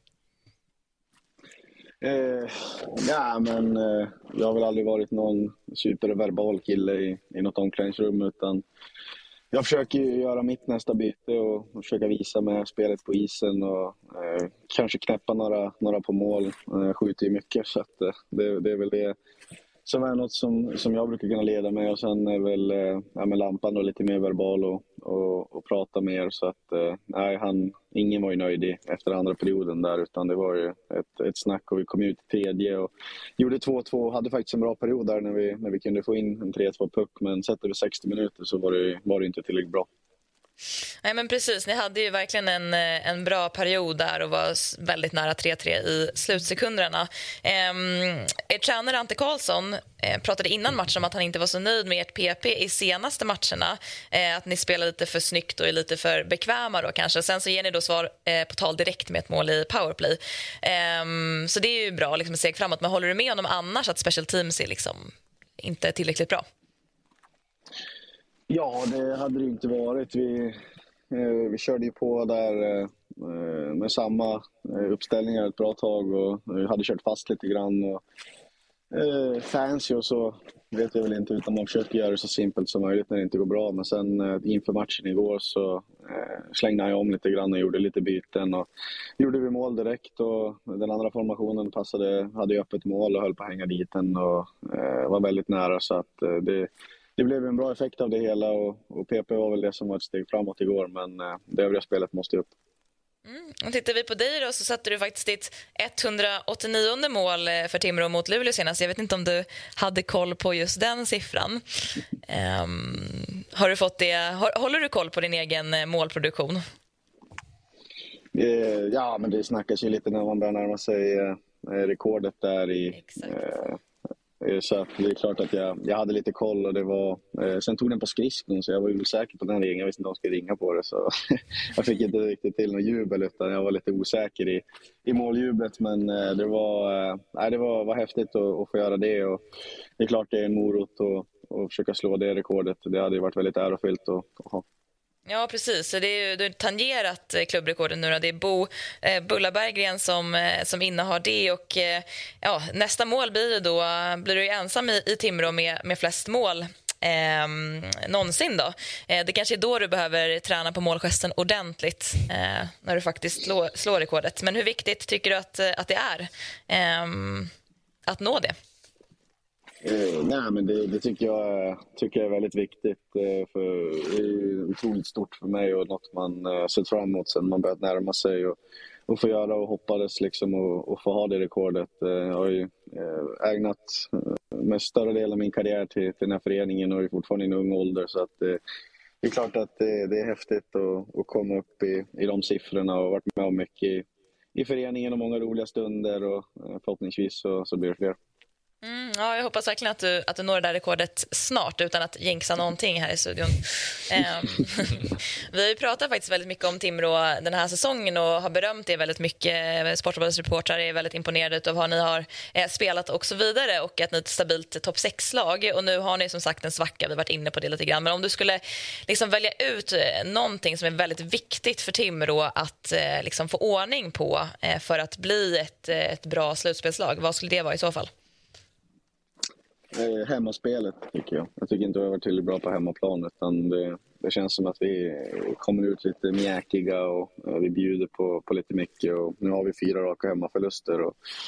Eh, ja, men eh, jag har väl aldrig varit någon superverbal kille i, i något omklädningsrum, utan jag försöker göra mitt nästa byte och, och försöka visa med spelet på isen och eh, kanske knäppa några, några på mål. Eh, skjuter ju mycket, så att, eh, det, det är väl det som är något som, som jag brukar kunna leda med, och sen är väl eh, ja, med Lampan och lite mer verbal och, och, och prata mer, så att eh, nej, han, ingen var ju nöjd i, efter andra perioden där, utan det var ju ett, ett snack och vi kom ut i tredje och gjorde två två och hade faktiskt en bra period där när vi, när vi kunde få in en tre två puck, men sett över sextio minuter så var det, var det inte tillräckligt bra. Nej, men precis, ni hade ju verkligen en, en bra period där och var väldigt nära tre tre i slutsekunderna. Eh, er tränare Ante Karlsson eh, pratade innan matchen om att han inte var så nöjd med ert P P i senaste matcherna. Eh, att ni spelar lite för snyggt och är lite för bekväma då kanske. Sen så ger ni då svar eh, på tal direkt med ett mål i powerplay. Eh, så det är ju bra, liksom, ett steg framåt. Men håller du med honom annars att special teams är liksom inte tillräckligt bra? Ja, det hade det inte varit. Vi, eh, vi körde ju på där eh, med samma eh, uppställningar ett bra tag och vi hade kört fast lite grann. Och, eh, fancy och så vet jag väl inte, utan man försöker göra det så simpelt som möjligt när det inte går bra. Men sen eh, inför matchen igår så eh, slängde jag om lite grann och gjorde lite byten. Och gjorde vi mål direkt och den andra formationen passade, hade öppet mål och höll på att hänga dit den och eh, var väldigt nära, så att eh, det Det blev en bra effekt av det hela och, och P P var väl det som var ett steg framåt igår, men eh, det övriga spelet måste upp. Mm. Och tittar vi på dig då, så satte du faktiskt ditt etthundraåttionionde mål för Timrå mot Luleå senast. Jag vet inte om du hade koll på just den siffran. Um, har du fått det, håller du koll på din egen målproduktion? Eh, ja, men det snackas ju lite när man börjar närma sig eh, rekordet där i... Eh, Så att det är klart att jag, jag hade lite koll och det var... Eh, sen tog den på skridskon så jag var ju säker på den regeln. Jag visste inte om de skulle ringa på det, så jag fick inte riktigt till någon jubel, utan jag var lite osäker i, i måljublet. Men eh, det var, eh, det var, var häftigt att, att få göra det, och det är klart det är en morot att, att försöka slå det rekordet. Det hade ju varit väldigt ärofyllt att, att ha. Ja, precis. Så det är ju, du har tangerat klubbrekorden nu då. Det är Bo eh, Bulla Berggren som, eh, som innehar det, och eh, ja, nästa mål blir då, blir du ju ensam i, i Timrå med, med flest mål eh, någonsin då. Eh, det kanske är då du behöver träna på målgesten ordentligt, eh, när du faktiskt slår, slår rekordet. Men hur viktigt tycker du att, att det är eh, att nå det? Eh, nej, men det, det tycker, jag, tycker jag är väldigt viktigt. Eh, för det är otroligt stort för mig och något man eh, sett fram emot sen man börjat närma sig. Och, och få göra och hoppades liksom och, och få ha det rekordet. Eh, jag har ju eh, ägnat eh, med större del av min karriär till, till den här föreningen och är fortfarande i en ung ålder. Så att, eh, det är klart att det, det är häftigt att, att komma upp i, i de siffrorna och varit med om mycket i, i föreningen och många roliga stunder, och eh, förhoppningsvis så, så blir det fler. Mm, ja, jag hoppas verkligen att du, att du når det där rekordet snart utan att jinxa någonting här i studion. um, vi har ju pratat faktiskt väldigt mycket om Timrå den här säsongen och har berömt det väldigt mycket. Sportbladets reportrar är väldigt imponerade av vad ni har eh, spelat och så vidare, och att ni är ett stabilt topp sex-lag. Och nu har ni som sagt en svacka, vi har varit inne på det lite grann. Men om du skulle liksom välja ut någonting som är väldigt viktigt för Timrå att eh, liksom få ordning på eh, för att bli ett, ett bra slutspelslag, vad skulle det vara i så fall? Eh, hemmaspelet tycker jag. Jag tycker inte att vi har varit tillräckligt bra på hemmaplan, utan det, det känns som att vi kommer ut lite mjäkiga och eh, vi bjuder på, på lite mycket, och nu har vi fyra raka hemmaförluster och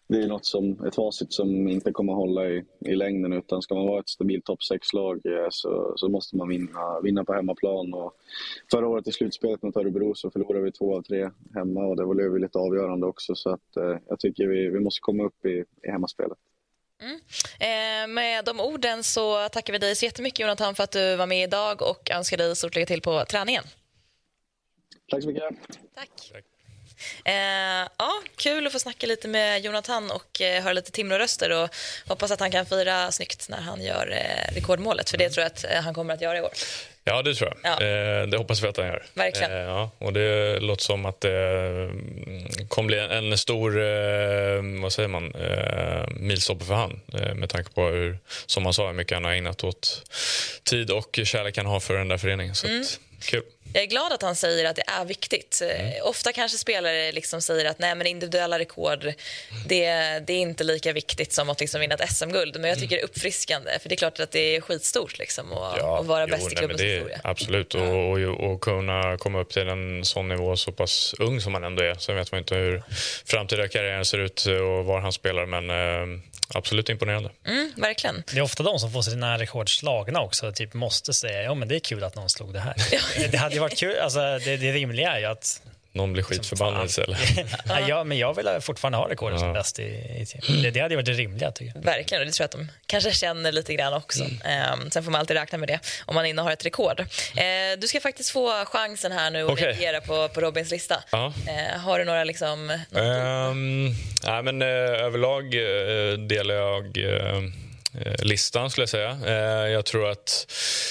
det är något som, ett facit som inte kommer att hålla i, i längden, utan ska man vara ett stabilt topp sex-lag så, så måste man vinna, vinna på hemmaplan. Och förra året i slutspelet mot Örebro så förlorade vi två av tre hemma och det var ju lite avgörande också, så att, eh, jag tycker vi, vi måste komma upp i, i hemmaspelet. Mm. Eh, med de orden så tackar vi dig så jättemycket, Jonathan, för att du var med idag och önskar dig stort lycka till på träningen. Tack så mycket. Tack. Tack. Eh, ja, kul att få snacka lite med Jonathan och eh, höra lite Timrå-röster, och hoppas att han kan fira snyggt när han gör eh, rekordmålet, för det tror jag att eh, han kommer att göra i år. Ja, det tror jag. Ja. Eh, det hoppas vi att han gör. Verkligen. Eh, ja, och det låter som att det eh, kommer bli en, en stor eh, vad säger man, eh, milstolpe för han, eh, med tanke på hur, som man sa, hur mycket han har ägnat åt tid och kärlek han har för den där föreningen. Så mm. att, kul. Jag är glad att han säger att det är viktigt. Mm. Ofta kanske spelare liksom säger att nej, men individuella rekord, det, det är inte lika viktigt som att liksom vinna ett S M-guld. Men jag tycker det är uppfriskande, för det är klart att det är skitstort liksom, att, ja, att vara bäst i klubbens historia. Absolut, och, och, och, och kunna komma upp till en sån nivå så pass ung som man ändå är. Sen vet man inte hur framtida karriären ser ut och var han spelar, men eh, absolut imponerande. Mm, verkligen. Det är ofta de som får sina rekord slagna också, typ måste säga, ja men det är kul att någon slog det här. Det hade ju varit kul, alltså det, det rimliga är ju att någon blir skitförbannad eller? Ja, ja, men jag vill fortfarande ha rekordet, ja, som bäst i, i det, det hade ju varit det rimliga, tycker jag. Verkligen, och det tror jag att de kanske känner lite grann också. Mm. Um, sen får man alltid räkna med det om man innehar ett rekord. Uh, du ska faktiskt få chansen här nu att okay. reagera på, på Robins lista. Ja. Uh, har du några liksom... Um, nej, men uh, överlag uh, delar jag... Uh, listan skulle jag säga. Jag tror att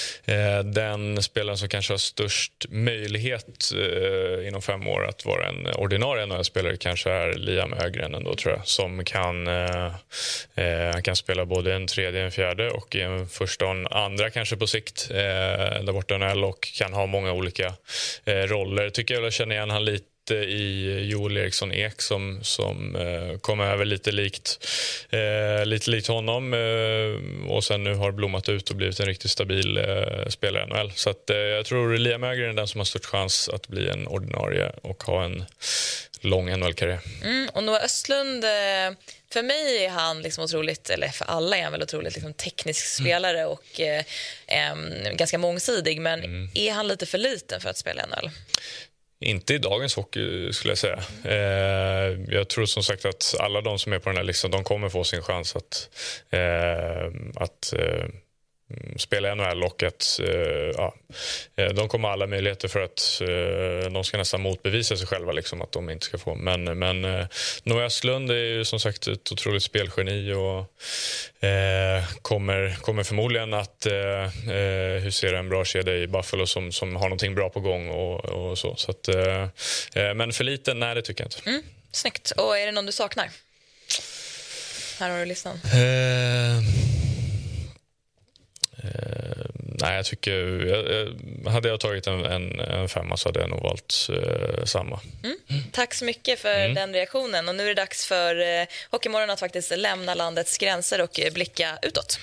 den spelaren som kanske har störst möjlighet inom fem år att vara en ordinarie N H L-spelare kanske är Liam Ögren ändå, tror jag, som kan, han kan spela både en tredje, en fjärde och en första och en andra kanske på sikt där borta i N H L, och kan ha många olika roller. Tycker jag, jag känner igen han lite i Joel Eriksson Ek som, som eh, kom över lite likt eh, lite likt honom eh, och sen nu har blommat ut och blivit en riktigt stabil eh, spelare i N H L. Så att, eh, jag tror Liam Ögren är den som har störst chans att bli en ordinarie och ha en lång N H L-karriär. Mm, och Noah Östlund, eh, för mig är han liksom otroligt, eller för alla är han väl otroligt liksom teknisk spelare mm. och eh, eh, ganska mångsidig, men mm. är han lite för liten för att spela N H L? Inte i dagens hockey skulle jag säga. Eh, jag tror som sagt att alla de som är på den här listan, de kommer få sin chans att, eh, att eh, spela N H L, och att eh, ja, de kommer alla möjligheter för att eh, de ska nästan motbevisa sig själva liksom, att de inte ska få. Men, men eh, Noah Östlund är ju som sagt ett otroligt spelgeni och eh, kommer, kommer förmodligen att eh, husera en bra kedja i Buffalo som, som har någonting bra på gång och, och så. så att, eh, men för liten, nej, det tycker jag inte. Mm, snyggt. Och är det någon du saknar? Här har du listan. Eh... Uh, nej, jag tycker jag, jag, hade jag tagit en, en, en femma så hade jag nog valt uh, samma. Mm. Tack så mycket för mm. den reaktionen. Och nu är det dags för uh, Hockeymorgon att faktiskt lämna landets gränser och uh, blicka utåt.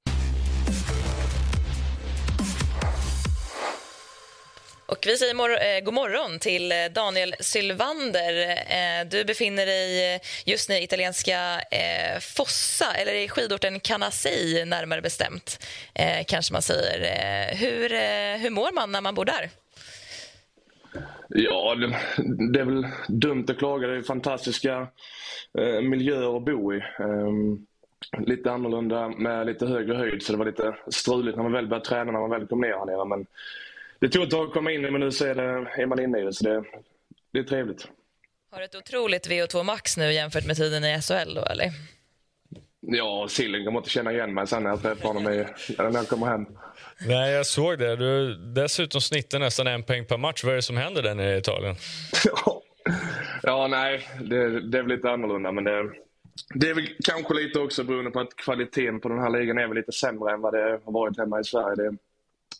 Och vi säger mor- eh, god morgon till Daniel Sylvander. Eh, du befinner dig just nu i italienska eh, Fossa, eller i skidorten Canasei närmare bestämt, eh, kanske man säger. Eh, hur, eh, hur mår man när man bor där? Ja, det, det är väl dumt att klaga. Det är fantastiska eh, miljöer att bo i. Eh, lite annorlunda med lite högre höjd, så det var lite struligt när man väl började träna, när man väl kom ner här nere. Men det tog ett tag att komma in i, men nu så är, det, är man inne i det, så det, det är trevligt. Har du ett otroligt V O två max nu jämfört med tiden i S H L då, eller? Ja, Silling kommer inte känna igen mig sen när jag träffar honom i, när jag kommer hem. Nej, jag såg det. Du dessutom snittar nästan en poäng per match. Vad är det som händer där nere i Italien? ja, ja, nej, det, det är väl lite annorlunda, men det, det är väl kanske lite också beroende på att kvaliteten på den här ligan är väl lite sämre än vad det har varit hemma i Sverige. Det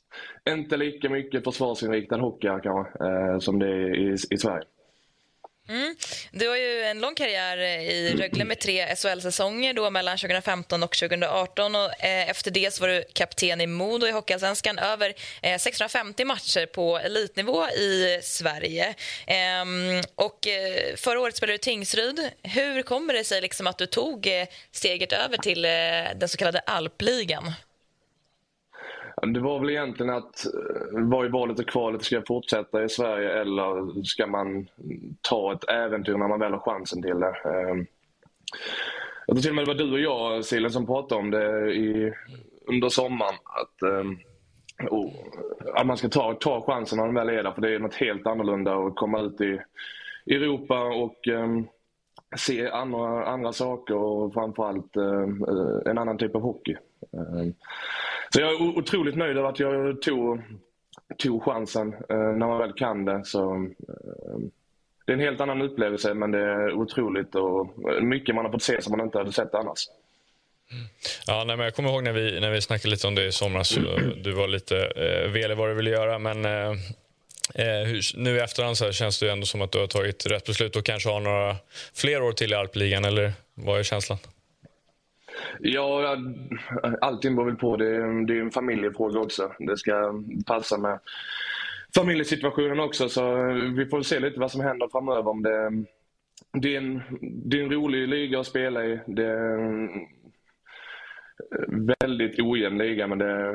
inte lika mycket försvarsinriktad hockey kanske, eh, som det är i, i Sverige. Mm. Du har ju en lång karriär i Rögle med tre S H L-säsonger då mellan tjugohundrafemton och tjugohundraarton och eh, efter det så var du kapten i Modo i Hockeyallsvenskan över eh, sexhundrafemtio matcher på elitnivå i Sverige. Ehm, och eh, förra året spelade du Tingsryd. Hur kommer det sig liksom att du tog eh, steget över till eh, den så kallade Alpligan? Det var väl egentligen att var i valet och kvalet, ska jag fortsätta i Sverige eller ska man ta ett äventyr när man väl har chansen till det. Jag tror till och med det var du och jag, Silen, som pratade om det i, under sommaren. Att, oh, att man ska ta, ta chansen när man väl är där, för det är något helt annorlunda att komma ut i Europa och um, se andra, andra saker och framförallt um, en annan typ av hockey. Um, Så jag är otroligt nöjd över att jag tog, tog chansen eh, när man väl kan det. Så, eh, det är en helt annan upplevelse, men det är otroligt och mycket man har fått se som man inte hade sett annars. Mm. Ja, nej, men jag kommer ihåg när vi, när vi snackade lite om det i somras. Mm. Du var lite eh, velig vad du ville göra, men eh, hur, nu i efterhand så känns det ju ändå som att du har tagit rätt beslut och kanske har några fler år till i Alpligan, eller vad är känslan? Ja, allting beror väl på. Det är, det är en familjefråga också. Det ska passa med familjesituationen också. Så vi får se lite vad som händer framöver. Om det, det, är en, det är en rolig liga att spela i. Det är en väldigt ojämn liga, men det,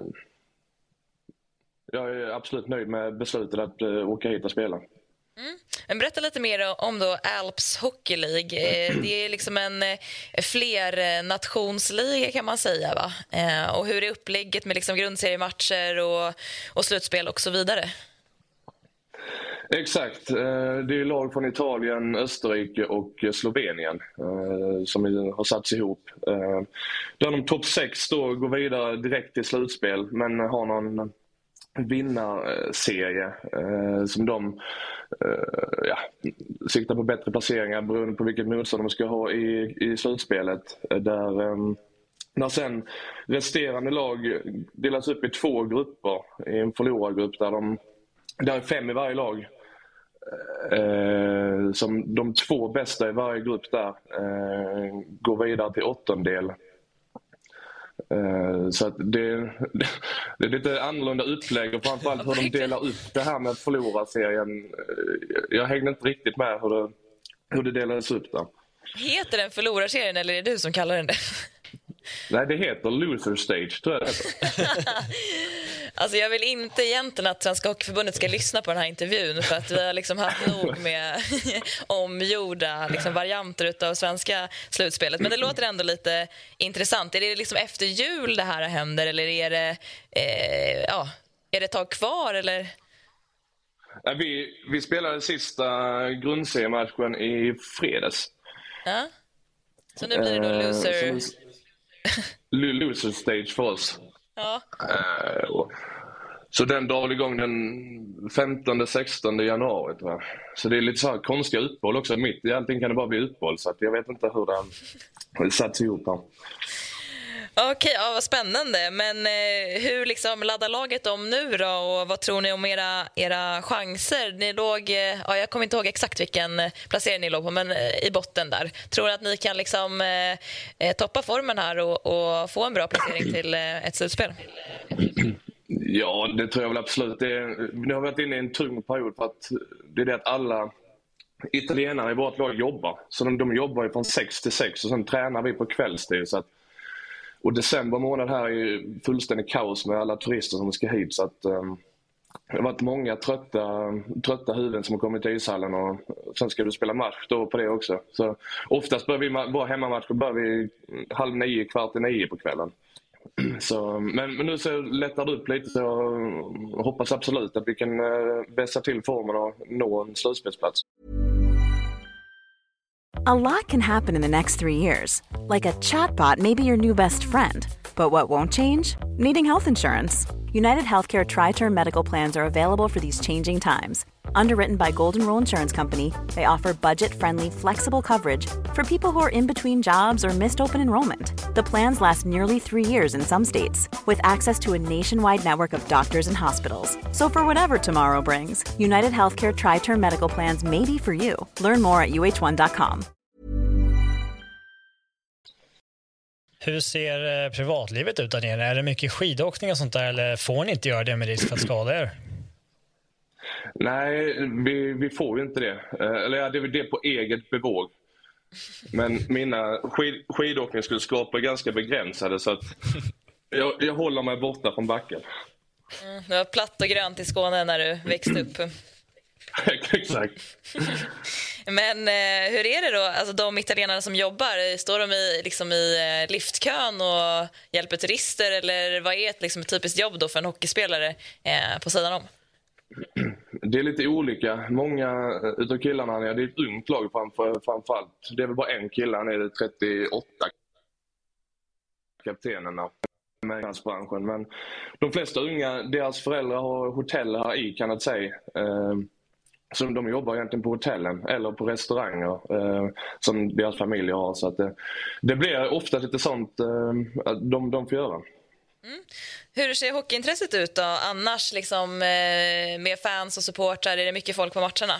jag är absolut nöjd med beslutet att åka hit och spela. Mm. Men berätta lite mer om då Alps Hockey League. Det är liksom en fler nationsliga kan man säga, va? Och hur är upplägget med liksom grundseriematcher och, och slutspel och så vidare? Exakt. Det är lag från Italien, Österrike och Slovenien som har satts ihop. Där de topp sex då går vidare direkt till slutspel, men har någon vinnarserie eh, som de eh, ja, siktar på bättre placeringar beroende på vilket motstånd de ska ha i, i slutspelet. Där, eh, när sen resterande lag delas upp i två grupper, i en förlorargrupp där de där är fem i varje lag. Eh, som de två bästa i varje grupp där eh, går vidare till åttondel. Så att det, det är lite annorlunda upplägg och framförallt hur de delar upp det här med att förlora serien. Jag hängde inte riktigt med hur det, hur det delades upp där. Heter den förlorarserien eller är det du som kallar den det? Nej, det heter Loser Stage, tror jag det heter. Alltså jag vill inte egentligen att Svenska Hockeyförbundet ska lyssna på den här intervjun, för att vi har liksom haft nog med omgjorda liksom varianter av svenska slutspelet. Men det låter ändå lite intressant. Är det liksom efter jul det här händer, eller är det, eh, ja, är det ett tag kvar? Eller? Ja, vi, vi spelade sista grundseriematchen i fredags. Ja. Så nu blir det då loser... Uh, loser stage för oss. Ja. Uh, så den drar igång den femtonde sextonde januari, tror jag. Så det är lite så här konstiga uppehåll också. Mitt i allting kan det bara bli uppehåll, så att jag vet inte hur den satts ihop här. Okej, ja, vad spännande. Men eh, hur liksom laddar laget om nu då? Och vad tror ni om era, era chanser? Ni låg, eh, ja, jag kommer inte ihåg exakt vilken placering ni låg på, men eh, i botten där. Tror ni att ni kan liksom eh, toppa formen här och, och få en bra placering till eh, ett slutspel? Ja, det tror jag väl absolut. Det är, nu har vi varit inne i en tung period för att det är det att alla italienare i vårt lag jobbar. Så de, de jobbar ju från sex till sex och sen tränar vi på kvällstid, så att och december månad här är fullständigt kaos med alla turister som ska hit, så att um, det har varit många trötta, trötta huvuden som har kommit till ishallen och sen ska du spela match då på det också. Så oftast börjar vi vara hemmamatch och börjar vi halv nio, kvart i nio på kvällen. Så, men, men nu så lättar det upp lite, så jag hoppas absolut att vi kan uh, vässa till formen och nå en slutspelsplats. A lot can happen in the next three years. Like a chatbot may be your new best friend. But what won't change? Needing health insurance. United Healthcare Tri-Term Medical Plans are available for these changing times. Underwritten by Golden Rule Insurance Company, they offer budget-friendly, flexible coverage for people who are in between jobs or missed open enrollment. The plans last nearly three years in some states, with access to a nationwide network of doctors and hospitals. So for whatever tomorrow brings, United Healthcare Tri-Term Medical Plans may be for you. Learn more at u h one dot com. Hur ser privatlivet ut där nere? Är det mycket skidåkning och sånt där, eller får ni inte göra det med risk för att skada er? Nej, vi, vi får ju inte det. Eller ja, det är väl det på eget bevåg. Men mina skid, skidåkningskunskaper är ganska begränsade, så att jag, jag håller mig borta från backen. Mm, det var platt och grönt i Skåne när du växte upp. Exakt. Men eh, hur är det då? Alltså, de italienarna som jobbar, står de i, liksom i eh, liftkön och hjälper turister? Eller vad är ett, liksom, ett typiskt jobb då för en hockeyspelare eh, på sidan om? Det är lite olika. Många utav killarna, ja, det är ett ungt lag framför, framförallt. Det är väl bara en kille, han är det trettioåtta kaptenerna med branschen. Men de flesta unga, deras föräldrar har hotell här i Kanadsäg. Eh, så de jobbar egentligen på hotellen eller på restauranger eh, som deras familjer har. Så att det, det blir ofta lite sånt eh, de, de får göra. Mm. Hur ser hockeyintresset ut då? Annars liksom, eh, med fans och supportrar, är det mycket folk på matcherna?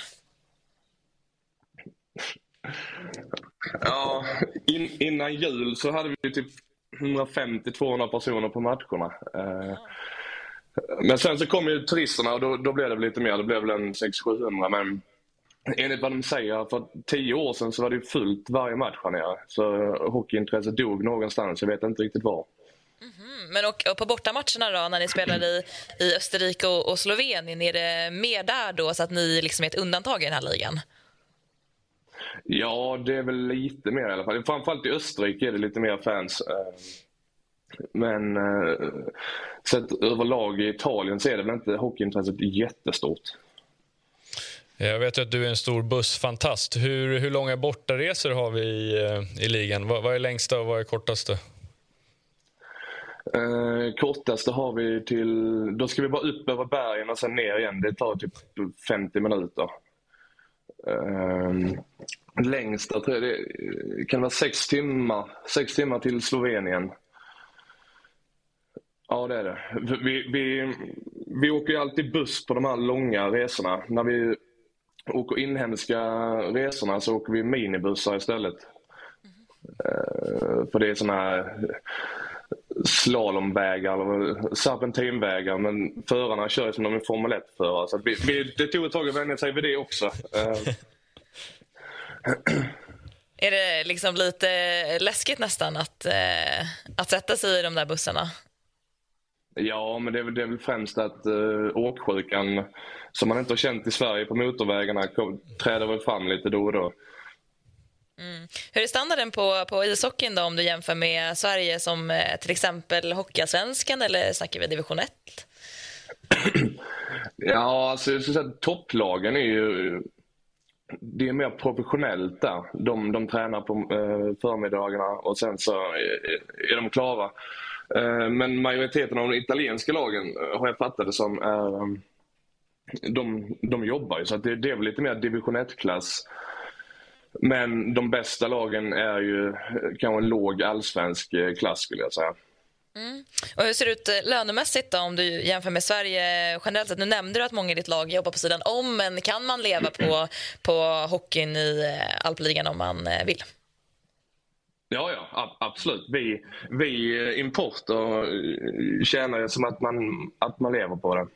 Ja, in, innan jul så hade vi typ hundrafemtio till tvåhundra personer på matcherna. Eh, men sen så kom ju turisterna och då, då blev det lite mer, det blev väl en sex till sjuhundra. Men enligt vad de säger, för tio år sedan så var det fullt varje match här nere. Så hockeyintresset dog någonstans, jag vet inte riktigt var. Mm-hmm. Men och, och på bortamatcherna då, när ni spelar i, i Österrike och, och Slovenien, är det mer där då så att ni liksom är ett undantag i den här ligan? Ja, det är väl lite mer i alla fall. Framförallt i Österrike är det lite mer fans. Men sett överlag i Italien så är det väl inte hockeyintresset jättestort. Jag vet ju att du är en stor bussfantast. Hur, hur långa bortaresor har vi i, i ligan? Vad, vad är längsta och vad är kortaste? Eh, kortaste har vi till... Då ska vi bara upp över bergen och sen ner igen. Det tar typ femtio minuter. Eh, längsta tror jag det kan vara sex timmar. Sex timmar till Slovenien. Ja, det är det. Vi, vi, vi åker ju alltid buss på de här långa resorna. När vi åker inhemska resorna så åker vi minibussar istället. Eh, för det är såna här slalomvägar eller serpentinvägar, men förarna kör som de är Formel ett-förare. Så vi, vi, det tog ett tag att vänja sig vid det också. Uh. Är det liksom lite läskigt nästan att, uh, att sätta sig i de där bussarna? Ja, men det är väl, det är väl främst att uh, åksjukan som man inte har känt i Sverige på motorvägarna kom, träder väl fram lite då och då. Mm. Hur är standarden på, på ishockeyn då, om du jämför med Sverige som eh, till exempel Hockeyallsvenskan, eller snackar vi division ett? Ja, alltså jag skulle säga att topplagen är ju det är mer professionellt där. De, de tränar på eh, förmiddagarna och sen så är, är de klara. Eh, men majoriteten av de italienska lagen har jag fattat det som är, de, de jobbar ju, så att det, det är väl lite mer division ett-klass. Men de bästa lagen är ju kanske en låg allsvensk klass skulle jag säga. Mm. Och hur ser det ut lönemässigt då, om du jämför med Sverige generellt sett? Nu nämnde du att många i ditt lag jobbar på sidan om, men kan man leva på, på hockeyn i alpligan om man vill? Ja, ja, absolut. Vi, vi importer tjänar ju som att man, att man lever på det.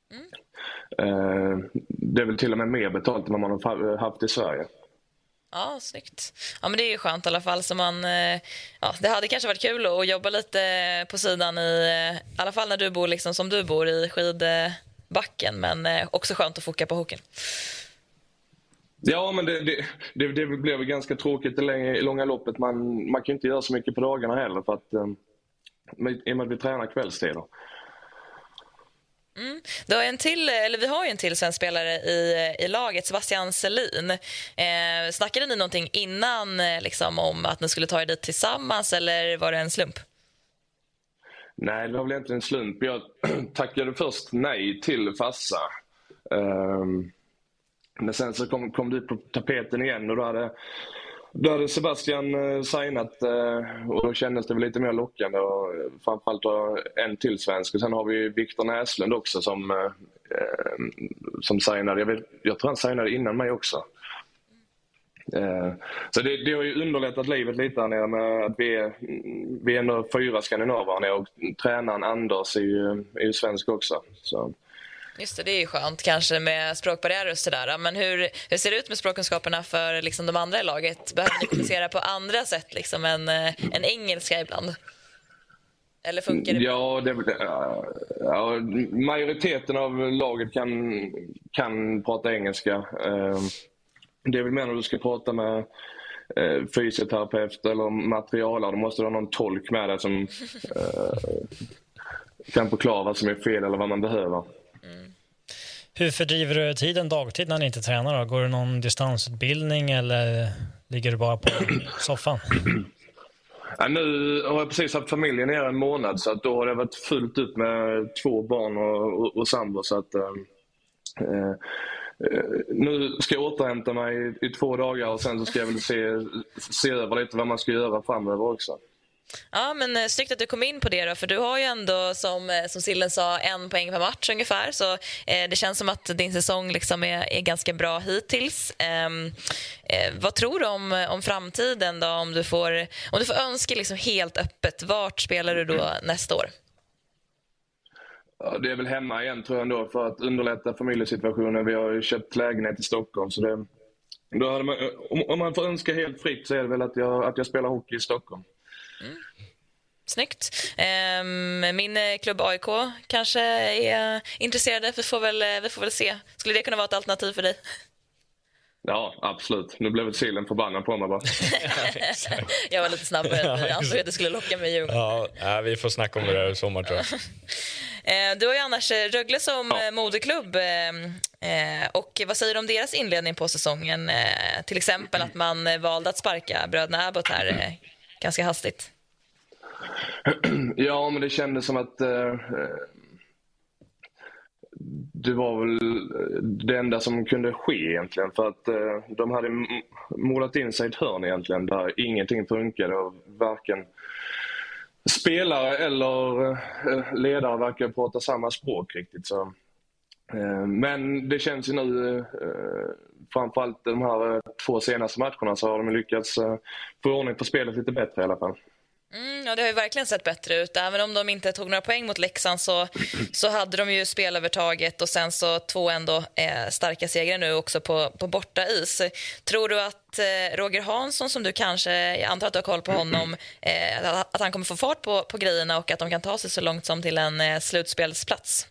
Mm. Det är väl till och med mer betalt än vad man har haft i Sverige. Ja, snyggt. Ja, men det är ju skönt i alla fall. Så man, ja, det hade kanske varit kul att jobba lite på sidan i, i alla fall när du bor liksom som du bor i skidbacken, men också skönt att foka på hockeyn. Ja, men det, det, det, det blev ganska tråkigt i långa loppet. Man, man kan inte göra så mycket på dagarna heller för att i och med att vi tränar kvällstider. Mm. Du har en till, eller vi har ju en till svensk spelare i, i laget, Sebastian Selin. Eh, snackade ni någonting innan liksom, om att ni skulle ta er dit tillsammans, eller var det en slump? Nej, det var väl egentligen en slump. Jag tackade först nej till Fassa. Um, men sen så kom, kom det på tapeten igen och då hade, då hade Sebastian uh, signat uh, och då kändes det väl lite mer lockande och framförallt uh, en till svensk. Och sen har vi Victor Näslund också som, uh, uh, som signade. Jag, vet, jag tror han signade innan mig också. Uh, så det, det har ju underlättat livet lite här nere med att vi är, vi är ändå fyra skandinaver här nere och tränaren Anders är ju, är ju svensk också. Så. Just det, det är ju skönt kanske med språkbarriärer och sådär. Men hur, hur ser det ut med språkkunskaperna för liksom, de andra i laget? Behöver ni kommunicera på andra sätt liksom, än, än engelska ibland? Eller funkar det? Ja, det, ja, majoriteten av laget kan, kan prata engelska. Det är väl mer när du ska prata med fysioterapeut eller materialare. Då måste du ha någon tolk med dig som kan förklara vad som är fel eller vad man behöver. Mm. Hur fördriver du tiden dagtid när ni inte tränar då? Går du någon distansutbildning eller ligger du bara på soffan? Ja, nu har jag precis haft familjen nere en månad så att då har det varit fullt upp med två barn och, och, och sambo så att eh, nu ska jag återhämta mig i, i två dagar och sen så ska jag väl se, se över lite vad man ska göra framöver också. Ja, men snyggt att du kom in på det då, för du har ju ändå som, som Sillen sa en poäng per match ungefär, så eh, det känns som att din säsong liksom är, är ganska bra hittills. Eh, eh, vad tror du om, om framtiden då, om du får, om du får önska liksom helt öppet, vart spelar du då nästa år? Ja, det är väl hemma igen tror jag ändå för att underlätta familjesituationen. Vi har ju köpt lägenhet i Stockholm så det, då hade man, om, om man får önska helt fritt så är det väl att jag, att jag spelar hockey i Stockholm. Mm. Snyggt. Um, min klubb A I K kanske är intresserade. Vi får, väl, vi får väl se. Skulle det kunna vara ett alternativ för dig? Ja, absolut. Nu blev ett Sillen förbannad på mig bara. Jag var lite snabbare. Jag ansåg att det skulle locka mig. Ja, vi får snacka om det där i sommar tror jag. Du har ju annars Rögle som ja. moderklubb. Och vad säger du om deras inledning på säsongen? Till exempel att man valde att sparka bröderna Abbott här ganska hastigt. Ja, men det kändes som att eh, det var väl det enda som kunde ske egentligen. För att eh, de hade målat in sig i ett hörn egentligen där ingenting funkade. Och varken spelare eller eh, ledare verkar prata samma språk riktigt. Så. Eh, men det känns ju nu, eh, framförallt de här två senaste matcherna så har de lyckats eh, få ordning på spelet lite bättre i alla fall. Mm, ja, det har ju verkligen sett bättre ut. Även om de inte tog några poäng mot Leksand så, så hade de ju spelövertaget och sen så två ändå eh, starka segrar nu också på, på borta is. Tror du att eh, Roger Hansson, som du kanske, jag antar att du har koll på honom, eh, att, att han kommer få fart på, på grejerna och att de kan ta sig så långt som till en eh, slutspelsplats?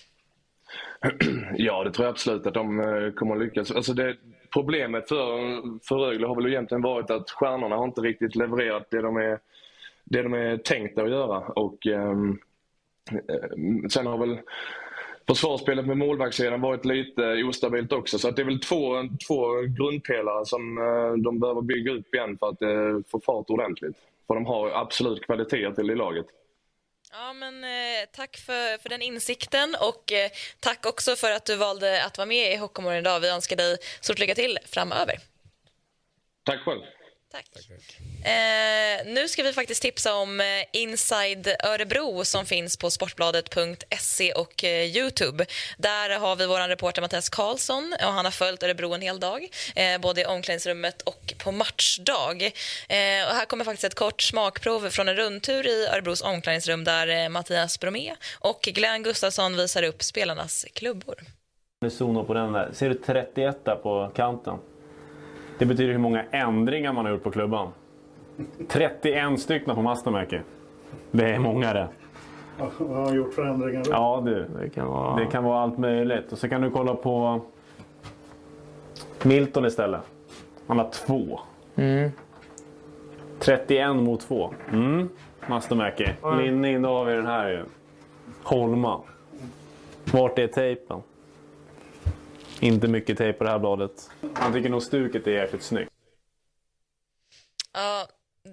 Ja, det tror jag absolut att de eh, kommer att lyckas. Alltså det, problemet för, för Rögle har väl egentligen varit att stjärnorna har inte riktigt levererat det de är det de är tänkta att göra och eh, sen har väl försvarsspelet med målvaktssidan varit lite ostabilt också så att det är väl två, två grundpelare som eh, de behöver bygga upp igen för att eh, få fart ordentligt. För de har absolut kvaliteter till i laget. Ja, men eh, tack för, för den insikten och eh, tack också för att du valde att vara med i Hockeymorgon idag. Vi önskar dig stort lycka till framöver. Tack själv. Tack. Tack, tack. Eh, nu ska vi faktiskt tipsa om eh, Inside Örebro som finns på sportbladet punkt se och eh, Youtube. Där har vi vår reporter Mattias Karlsson och han har följt Örebro en hel dag, eh, både i omklädningsrummet och på matchdag. Eh, och här kommer faktiskt ett kort smakprov från en rundtur i Örebros omklädningsrum där eh, Mattias Bromé och Glenn Gustafsson visar upp spelarnas klubbor. Zoner på den där. Ser du trettioett där på kanten? Det betyder hur många ändringar man har gjort på klubban. trettioen stycken på mastermärke. Det är många det. Ja, vad har han gjort för ändringar då? Ja du, det kan, vara... det kan vara allt möjligt. Och så kan du kolla på Milton istället. Han har två. Mm. trettioen mot två. Mm. Mastermärke. Mm. Linning, då har vi den här ju. Holma. Vart är tejpen? Inte mycket tejp på det här bladet. Han tycker nog stuket är jäkligt snyggt. Ja,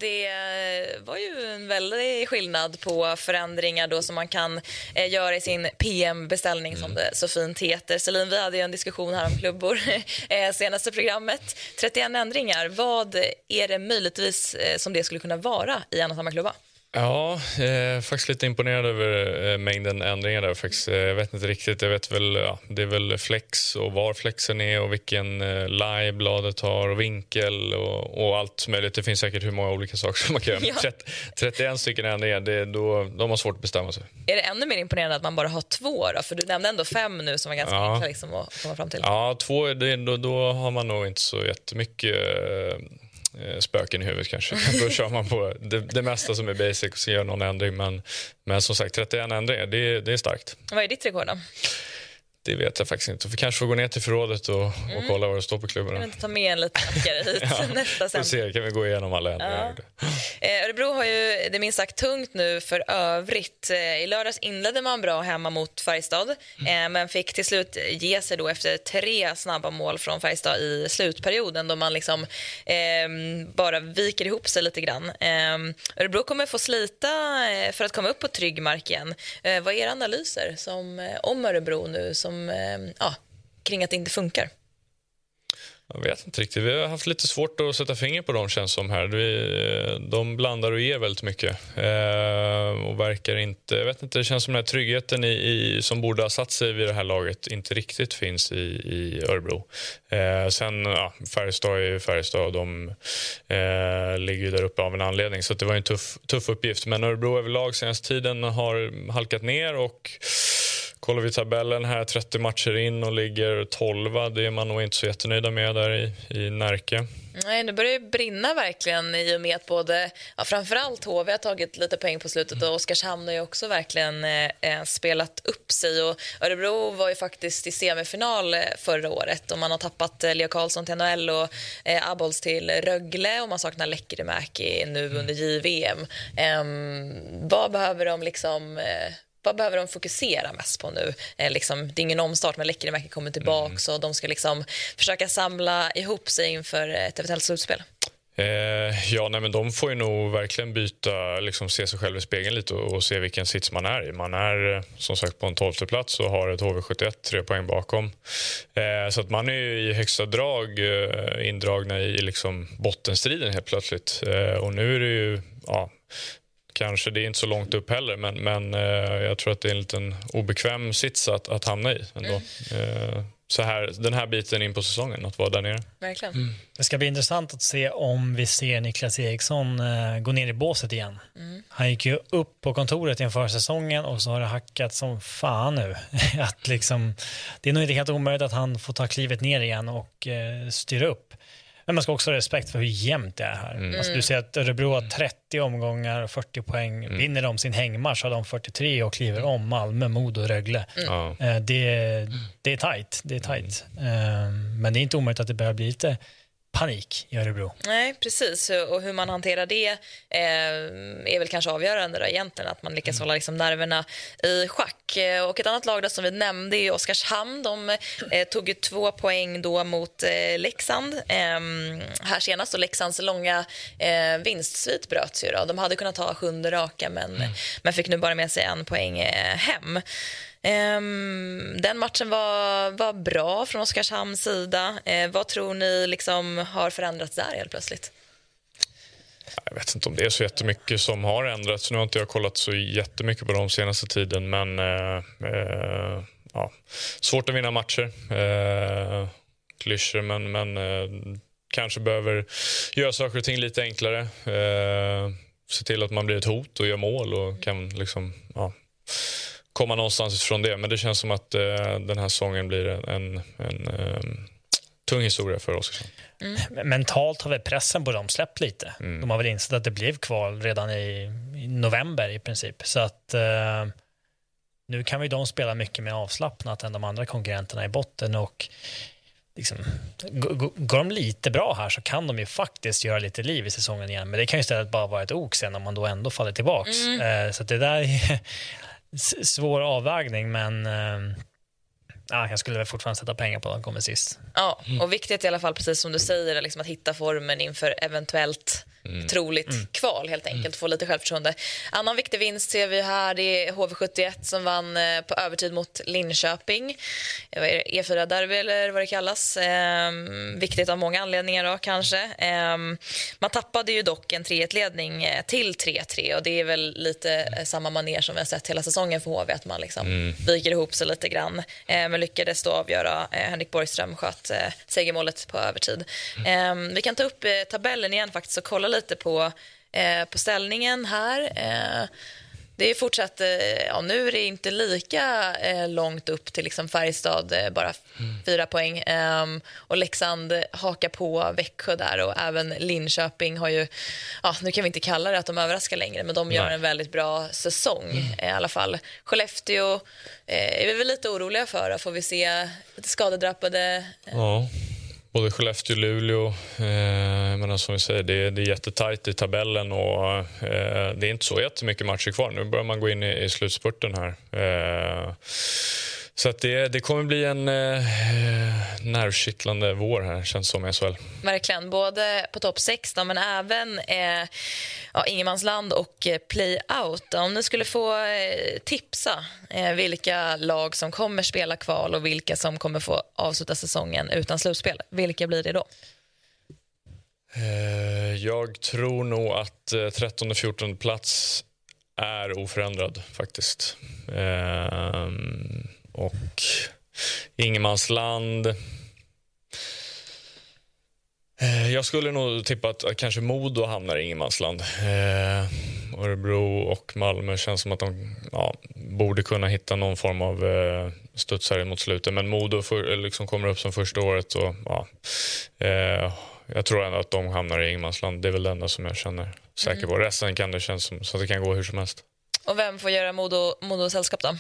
det var ju en väldig skillnad på förändringar då som man kan eh, göra i sin P M-beställning mm. som det så fint heter. Selin, vi hade ju en diskussion här om klubbor eh, senaste programmet. trettioen ändringar, vad är det möjligtvis eh, som det skulle kunna vara i en och samma klubba? Ja, jag är faktiskt lite imponerad över eh, mängden ändringar där faktiskt. Jag vet inte riktigt, jag vet väl, ja, det är väl flex och var flexen är och vilken eh, lie bladet har och vinkel och, och allt möjligt. Det finns säkert hur många olika saker som man kan göra. Ja. trettioen stycken ändringar, det, då, de har svårt att bestämma sig. Är det ännu mer imponerande att man bara har två då? För du nämnde ändå fem nu som var ganska ja. enkla liksom, att komma fram till. Ja, två, det, då, då har man nog inte så jättemycket... Eh, spöken i huvudet kanske. Då kör man på det, det mesta som är basic och så gör någon ändring. Men, men som sagt, trettioen ändringar, det, det är starkt. Vad är ditt rekord då? Det vet jag faktiskt inte. Vi kanske får gå ner till förrådet och, mm. och kolla vad det står på klubbarna. Kan vi inte ta med en liten knackare hit ja, nästa sen? Se, kan vi gå igenom alla ändringar. Ja. Eh, Örebro har ju det minst sagt tungt nu för övrigt. Eh, I lördags inledde man bra hemma mot Färjestad eh, men fick till slut ge sig då efter tre snabba mål från Färjestad i slutperioden då man liksom eh, bara viker ihop sig lite grann. Eh, Örebro kommer få slita eh, för att komma upp på trygg mark igen. Eh, vad är era analyser som, eh, om Örebro nu som Ja, kring att det inte funkar? Jag vet inte riktigt. Vi har haft lite svårt att sätta finger på dem, känns som här. Vi, de blandar och ger väldigt mycket. Eh, och verkar inte... Jag vet inte, det känns som den här tryggheten i, i, som borde ha satt sig vid det här laget inte riktigt finns i, i Örebro. Eh, sen, ja, Färjestad är ju Färjestad och de eh, ligger ju där uppe av en anledning. Så det var en tuff, tuff uppgift. Men Örebro överlag senaste tiden har halkat ner och... Kollar vi tabellen här, trettio matcher in och ligger tolva. Det är man nog inte så jättenöjda med där i, i Närke. Nej, det börjar ju brinna verkligen i och med att både, ja, framförallt H V har tagit lite poäng på slutet och Oskarshamn har ju också verkligen eh, spelat upp sig. Och Örebro var ju faktiskt i semifinal förra året och man har tappat eh, Leo Karlsson till N H L och eh, Abols till Rögle och man saknar Lekkerimäki nu mm. under J V M. Eh, vad behöver de liksom... Eh, Vad behöver de fokusera mest på nu? Eh, liksom, det är ingen omstart, men Lekkerimäki kommer tillbaka mm. så de ska liksom försöka samla ihop sig inför ett eventuellt slutspel. Eh, ja, nej, men de får ju nog verkligen byta, liksom se sig själv i spegeln lite och, och se vilken sits man är i. Man är som sagt på en tolfte plats och har ett H V sjuttioett, tre poäng bakom. Eh, så att man är ju i högsta drag eh, indragna i, i liksom bottenstriden helt plötsligt. Eh, och nu är det ju... Ja, kanske det är inte så långt upp heller, men, men eh, jag tror att det är en liten obekväm sits att, att hamna i ändå. Mm. Eh, så här, den här biten in på säsongen, att vara där nere. Verkligen. Mm. Det ska bli intressant att se om vi ser Niklas Eriksson eh, gå ner i båset igen. Mm. Han gick ju upp på kontoret inför säsongen och så har det hackat som fan nu. att liksom, det är nog inte helt omöjligt att han får ta klivet ner igen och eh, styra upp. Men man ska också ha respekt för hur jämnt det är här. Mm. Alltså, du ser att Örebro har trettio omgångar och fyrtio poäng. Mm. Vinner de sin hängmatch har de fyrtiotre och kliver om Malmö, Modo och Rögle. Mm. Eh, det, det är tajt. Det är tajt. Mm. Eh, men det är inte omöjligt att det börjar bli lite panik i Örebro. Nej, precis. Och hur man hanterar det eh, är väl kanske avgörande då, egentligen. Att man lyckas mm. hålla liksom nerverna i schack. Och ett annat lag då, som vi nämnde är Oskarshamn. De eh, tog ju två poäng då mot eh, Leksand. Eh, här senast och Leksands långa eh, vinstsvit bröts ju då. De hade kunnat ta sjunde raka men, mm. men fick nu bara med sig en poäng eh, hem. Um, den matchen var, var bra från Oskarshamns sida. Uh, vad tror ni liksom har förändrats där helt plötsligt? Jag vet inte om det är så jättemycket som har ändrats. Nu har inte jag kollat så jättemycket på de senaste tiden, men uh, uh, ja, svårt att vinna matcher. Uh, klyschor, men, men uh, kanske behöver göra saker och ting lite enklare. Uh, se till att man blir ett hot och gör mål och kan liksom... Ja, komma någonstans ifrån det. Men det känns som att uh, den här säsongen blir en, en, en um, tung historia för Oskarshamn. Mm. Mentalt har väl pressen på dem släppt lite. Mm. De har väl insett att det blev kval redan i, i november i princip. Så att uh, nu kan vi de spela mycket mer avslappnat än de andra konkurrenterna i botten. Och liksom, går de lite bra här så kan de ju faktiskt göra lite liv i säsongen igen. Men det kan ju istället bara vara ett ok sen om man då ändå faller tillbaks. Mm. Uh, så att det där är svår avvägning, men äh, jag skulle väl fortfarande sätta pengar på att de kommer sist. Ja, och viktigt i alla fall, precis som du säger, liksom att hitta formen inför eventuellt mm. troligt mm. kval helt enkelt, mm. få lite självförtroende. Annan viktig vinst ser vi här, det är H V sjuttioett som vann på övertid mot Linköping. E fyra derby eller vad det kallas. Eh, viktigt av många anledningar då kanske. Eh, man tappade ju dock en tre ett-ledning till tre tre och det är väl lite samma manér som vi har sett hela säsongen för H V, att man liksom mm. viker ihop sig lite grann. Eh, men lyckades då avgöra. Eh, Henrik Borgström sköt eh, segermålet på övertid. Mm. Eh, vi kan ta upp eh, tabellen igen faktiskt och kolla lite på, eh, på ställningen här. Eh, det är fortsatt, eh, ja, nu är det inte lika eh, långt upp till liksom Färjestad, eh, bara mm. fyra poäng. Eh, och Leksand hakar på Växjö där, och även Linköping har ju, ja, nu kan vi inte kalla det att de överraskar längre, men de Nej. gör en väldigt bra säsong mm. eh, i alla fall. Skellefteå eh, är vi väl lite oroliga för, då får vi se lite skadedrappade. Eh. Ja. Både Skellefteå och Luleå, eh, men som vi säger, det är, det är jättetajt i tabellen och eh, det är inte så jättemycket matcher kvar. Nu börjar man gå in i, i slutspurten här. Eh, så att det, det kommer bli en eh, nervkittlande vår här, känns som i S H L. Verkligen, både på topp sexton men även eh, ja, ingenmansland och eh, play-out. Om ni skulle få eh, tipsa eh, vilka lag som kommer spela kval och vilka som kommer få avsluta säsongen utan slutspel, vilka blir det då? Eh, jag tror nog att eh, trettonde fjortonde plats är oförändrad faktiskt. Eh, och ingenmansland. Eh, jag skulle nog tippa att kanske Modo hamnar i ingenmansland. Eh, Örebro och Malmö känns som att de ja, borde kunna hitta någon form av eh, studsare mot slutet. Men Modo för, liksom kommer upp som första året. Och, ja, eh, jag tror ändå att de hamnar i ingenmansland. Det är väl det enda som jag känner säker på. Mm. Resten kan det kännas som så att det kan gå hur som helst. Och vem får göra Modo, Modo sällskap då?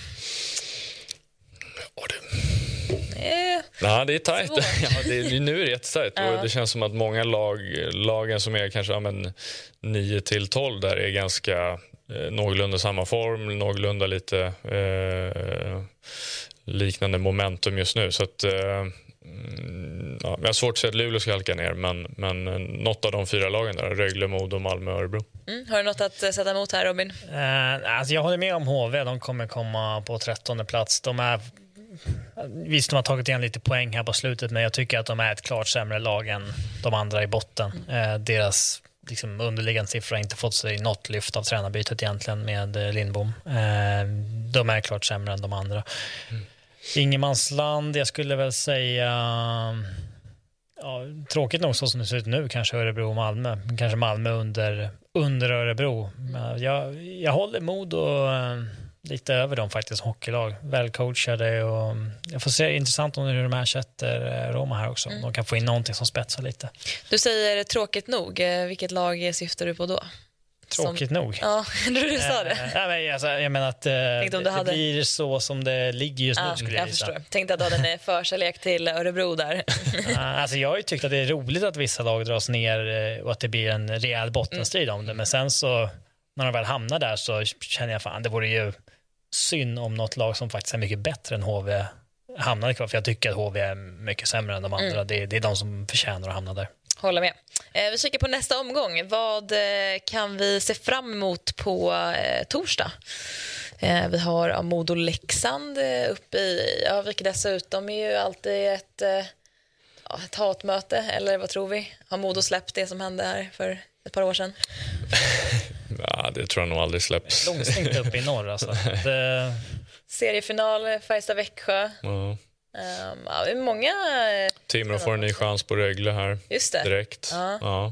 Oh, det... Eh, Nej, det är tajt. Ja, det är, nu är det jättetajt. Ja. Och det känns som att många lag, lagen som är kanske ja, men, nio till tolv där är ganska eh, någorlunda samma form, någorlunda lite eh, liknande momentum just nu. Så att, eh, ja, jag har svårt att säga att Luleå ska halka ner, men, men något av de fyra lagen där, Rögle, Modo, Malmö och Örebro. Mm, har du något att sätta emot här, Robin? Eh, alltså jag håller med om H V, de kommer komma på trettonde plats. De är, visst, de har tagit igen lite poäng här på slutet, men jag tycker att de är ett klart sämre lag än de andra i botten. Eh, deras liksom, underliggande siffror har inte fått sig något lyft av tränarbytet egentligen med Lindbom. Eh, de är klart sämre än de andra. Mm. Ingenmansland, jag skulle väl säga ja, tråkigt nog så som det ser ut nu, kanske Örebro och Malmö, kanske Malmö under, under Örebro. Jag, jag håller mod och uh, lite över dem faktiskt, hockeylag, välcoachade, och jag får se, intressant om hur de här sätter Roma här också, mm. de kan få in någonting som spetsar lite. Du säger tråkigt nog, vilket lag syftar du på då? Tråkigt som... nog. Ja, du sa det. Äh, men, alltså, jag menar att äh, det, hade... det blir så som det ligger just nu, ja, skulle jag, jag förstår. Tänkte att du hade en förkärlek till Örebro där. Alltså, jag har ju tyckt att det är roligt att vissa lag dras ner och att det blir en rejäl bottenstrid mm. om det. Men sen så, när de väl hamnar där, så känner jag fan, det vore ju synd om något lag som faktiskt är mycket bättre än H V hamnar kvar. För jag tycker att H V är mycket sämre än de andra. Mm. Det, det är de som förtjänar att hamna där. Håller med. Eh, vi kikar på nästa omgång. Vad eh, kan vi se fram emot på eh, torsdag? Eh, vi har ja, Modo Leksand eh, uppe i, ja, vilket dessutom är ju alltid ett, eh, ja, ett hatmöte, eller vad tror vi? Har Modo släppt det som hände här för ett par år sedan? Ja, det tror jag nog aldrig släpps. Långstängt uppe i norr alltså. Det... Seriefinal, Färjestad-Växjö. Ja. Um, ja, många Timrå får en ny chans på Rögle här. Just det. Direkt. Ja. Ja.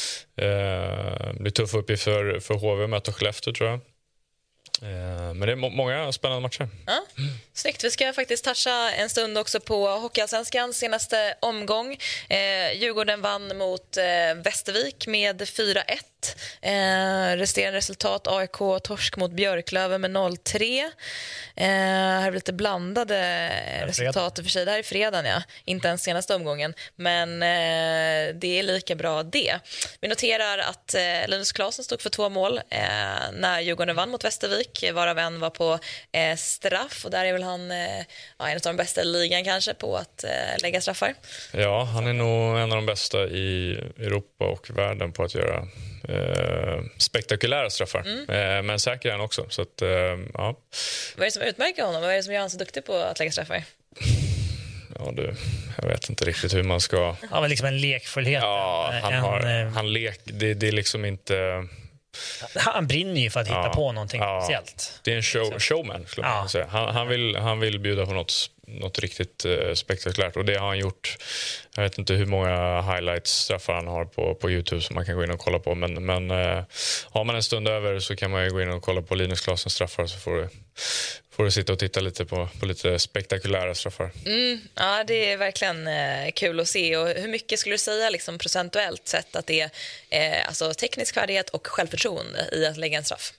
Eh, det blir tuff uppgift för, för H V att möta Skellefteå, tror jag. Eh, men det är må- många spännande matcher. Ja. Snyggt. Vi ska faktiskt toucha en stund också på Hockeyallsvenskans senaste omgång. Eh, Djurgården vann mot eh, Västervik med fyra ett. Eh, resterande resultat: A I K torsk mot Björklöven med noll tre. Eh, här är lite blandade resultat för sig. Det här är fredagen, ja. Inte ens senaste omgången. Men eh, det är lika bra det. Vi noterar att eh, Linus Klasen stod för två mål eh, när Djurgården vann mot Västervik, varav en var på eh, straff. Och där är väl han eh, ja, en av de bästa i ligan kanske på att eh, lägga straffar. Ja, han är nog en av de bästa i Europa och världen på att göra eh, spektakulära straffar. Mm. Eh, men säker är han också. Så att, eh, ja. Vad är det som utmärker honom? Vad är det som gör han så duktig på att lägga straffar? Ja, du, jag vet inte riktigt hur man ska... Ja, men liksom en lekfullhet. Ja, han, en, har, han lek... Det, det är liksom inte... Han brinner ju för att hitta ja, på någonting ja, speciellt. Det är en show, showman, skulle man ja. säga. Han, han, vill, han vill bjuda på något, något riktigt uh, spektakulärt. Och det har han gjort. Jag vet inte hur många highlights-straffar han har på, på YouTube som man kan gå in och kolla på. Men, men uh, har man en stund över så kan man ju gå in och kolla på Linus Klasens straffar, så får du, får du sitta och titta lite på, på lite spektakulära straffar. Mm, ja, det är verkligen eh, kul att se. Och hur mycket skulle du säga liksom, procentuellt sett att det är eh, alltså, teknisk färdighet och självförtroende i att lägga en straff?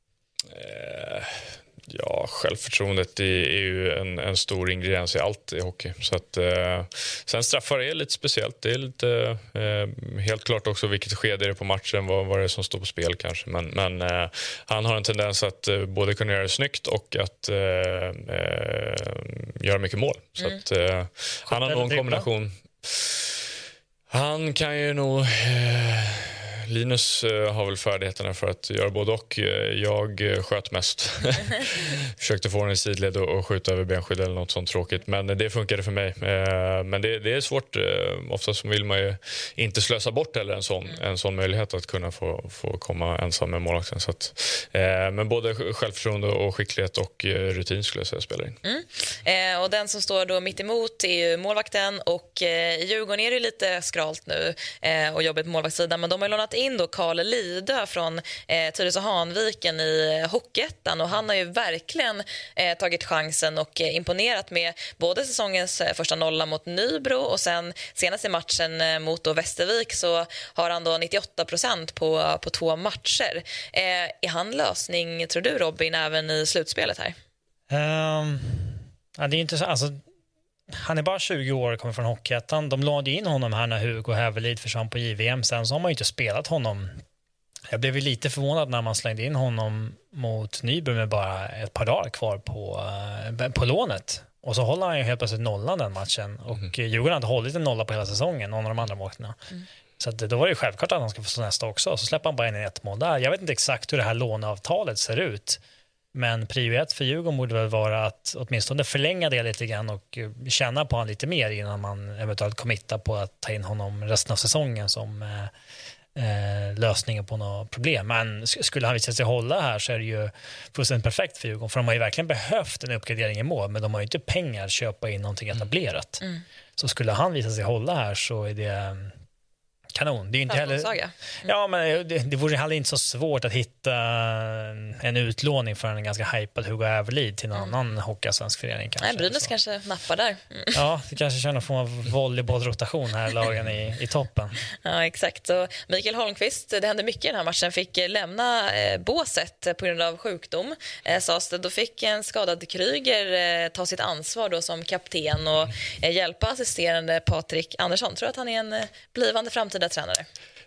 Eh, ja, självförtroendet är, är ju en, en stor ingrediens i allt i hockey. Så att, eh, sen straffar är lite speciellt. Det är lite eh, helt klart också vilket skede är det på matchen, vad, vad det är som står på spel kanske. Men, men eh, han har en tendens att eh, både kunna göra det snyggt och att eh, eh, göra mycket mål. Så Mm. att, eh, han har nog en kombination. Han kan ju nog... Eh, Linus uh, har väl färdigheterna för att göra både och. Jag uh, sköt mest. Försökte få den i sidled och, och skjuta över benskydd eller något sånt tråkigt. Men det funkade för mig. Uh, men det, det är svårt. Uh, oftast vill man ju inte slösa bort heller en sån, mm. en sån möjlighet att kunna få, få komma ensam med målvakten. Så att, uh, men både självförtroende och skicklighet och uh, rutin skulle jag säga spelar in. Mm. Eh, och den som står då mitt emot är ju målvakten. Och eh, i Djurgården är det lite skralt nu eh, och jobbigt på målvaktssidan. Men de har lånat in då Karl Lidö från eh, Tyresö Hanviken i Hockeyettan, och han har ju verkligen eh, tagit chansen och eh, imponerat med både säsongens eh, första nolla mot Nybro och sen senast i matchen eh, mot då Västervik så har han då nittioåtta procent på, på två matcher. Eh, är han lösning, tror du Robin, även i slutspelet här? Um, ja, det är intressant. Alltså, han är bara tjugo år och kommer från Hockeyettan. De lade in honom här när Hugo Hävelid försvann på J V M. Sen så har man ju inte spelat honom. Jag blev lite förvånad när man slängde in honom mot Nybro med bara ett par dagar kvar på, på lånet. Och så håller han ju helt plötsligt nollan den matchen. Och mm. Djurgården har inte hållit en nolla på hela säsongen, någon av de andra målvakterna. Mm. Så att då var det självklart att han ska få stå nästa också. Så släpper han bara in en ett mål där. Jag vet inte exakt hur det här låneavtalet ser ut. Men prio ett för Djurgården borde väl vara att åtminstone förlänga det lite grann och känna på honom lite mer innan man eventuellt committar på att ta in honom resten av säsongen som eh, eh, lösningen på något problem. Men skulle han visa sig hålla här så är det ju fullständigt perfekt för Djurgården, för de har ju verkligen behövt en uppgradering i mål, men de har ju inte pengar att köpa in någonting etablerat. Mm. Så skulle han visa sig hålla här så är det kanon. Det är inte heller... Mm. Ja, men det, det vore heller inte så svårt att hitta en utlåning för en ganska hypad Hugo Hävelid till någon mm. annan hockeyallsvensk förening kanske. Nej, Brynäs så. Kanske nappar där. Mm. Ja, det kanske känner få en volleybollrotation här i lagen i, i toppen. Ja, exakt. Och Mikael Holmqvist, det hände mycket i den här matchen, fick lämna eh, båset på grund av sjukdom. Eh, sades det. Då fick en skadad Kryger eh, ta sitt ansvar då som kapten och eh, hjälpa assisterande Patrik Andersson. Tror du att han är en eh, blivande framtida tränare?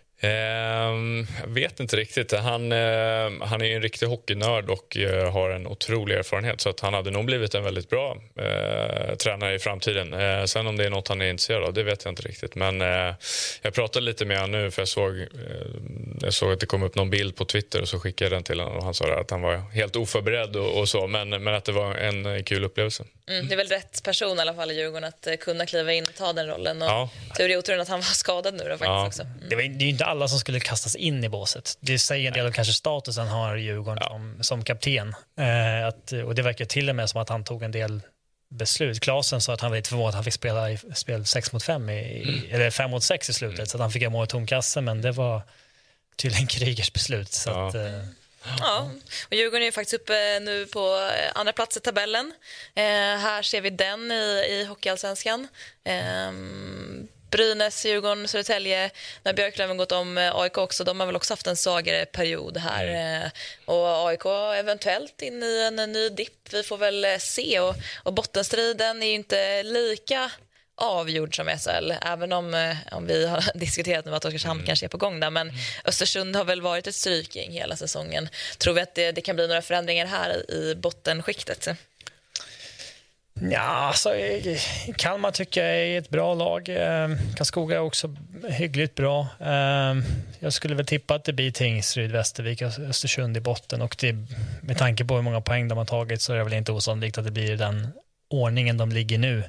Um, jag vet inte riktigt. Han, uh, han är ju en riktig hockeynörd och uh, har en otrolig erfarenhet, så att han hade nog blivit en väldigt bra uh, tränare i framtiden. Uh, sen om det är något han är intresserad av, det vet jag inte riktigt. Men uh, jag pratade lite med honom nu, för jag såg, uh, jag såg att det kom upp någon bild på Twitter och så skickade jag den till honom och han sa att han var helt oförberedd och, och så, men, men att det var en uh, kul upplevelse. Mm, det är väl rätt person i alla fall i Djurgården att uh, kunna kliva in och ta den rollen. Och ja. tur i oturen att han var skadad nu då, faktiskt ja. också. Mm. Det, var, det är ju inte alla som skulle kastas in i båset. Det säger en del om kanske statusen har Djurgården ja. som, som kapten. Eh, att, och det verkar till och med som att han tog en del beslut. Klasen sa att han var lite förvånad att han fick spela i spel sex mot fem i, mm. eller fem mot sex i slutet, mm. så att han fick mål i tomkassen, men det var tydligen Krygers beslut. Så ja. att, eh, Ja, och Djurgården är ju faktiskt uppe nu på andra plats i tabellen. Eh, här ser vi den i, i Hockeyallsvenskan. Eh, Brynäs, Djurgården, Södertälje, när Björklöven gått om A I K också, de har väl också haft en svagare period här. Mm. Och A I K eventuellt in i en ny dipp, vi får väl se. Och, och bottenstriden är ju inte lika avgjord som S H L, även om, om vi har diskuterat nu att Oskarshamn mm. kanske är på gång där, men mm. Östersund har väl varit ett stryking hela säsongen. Tror vi att det, det kan bli några förändringar här i bottenskiktet? Ja, alltså, Kalmar tycker jag är ett bra lag. Karlskoga är också hyggligt bra. Jag skulle väl tippa att det blir Tingsryd, Västervik och Östersund i botten. Och det, med tanke på hur många poäng de har tagit så är det väl inte osannolikt att det blir den ordningen de ligger nu.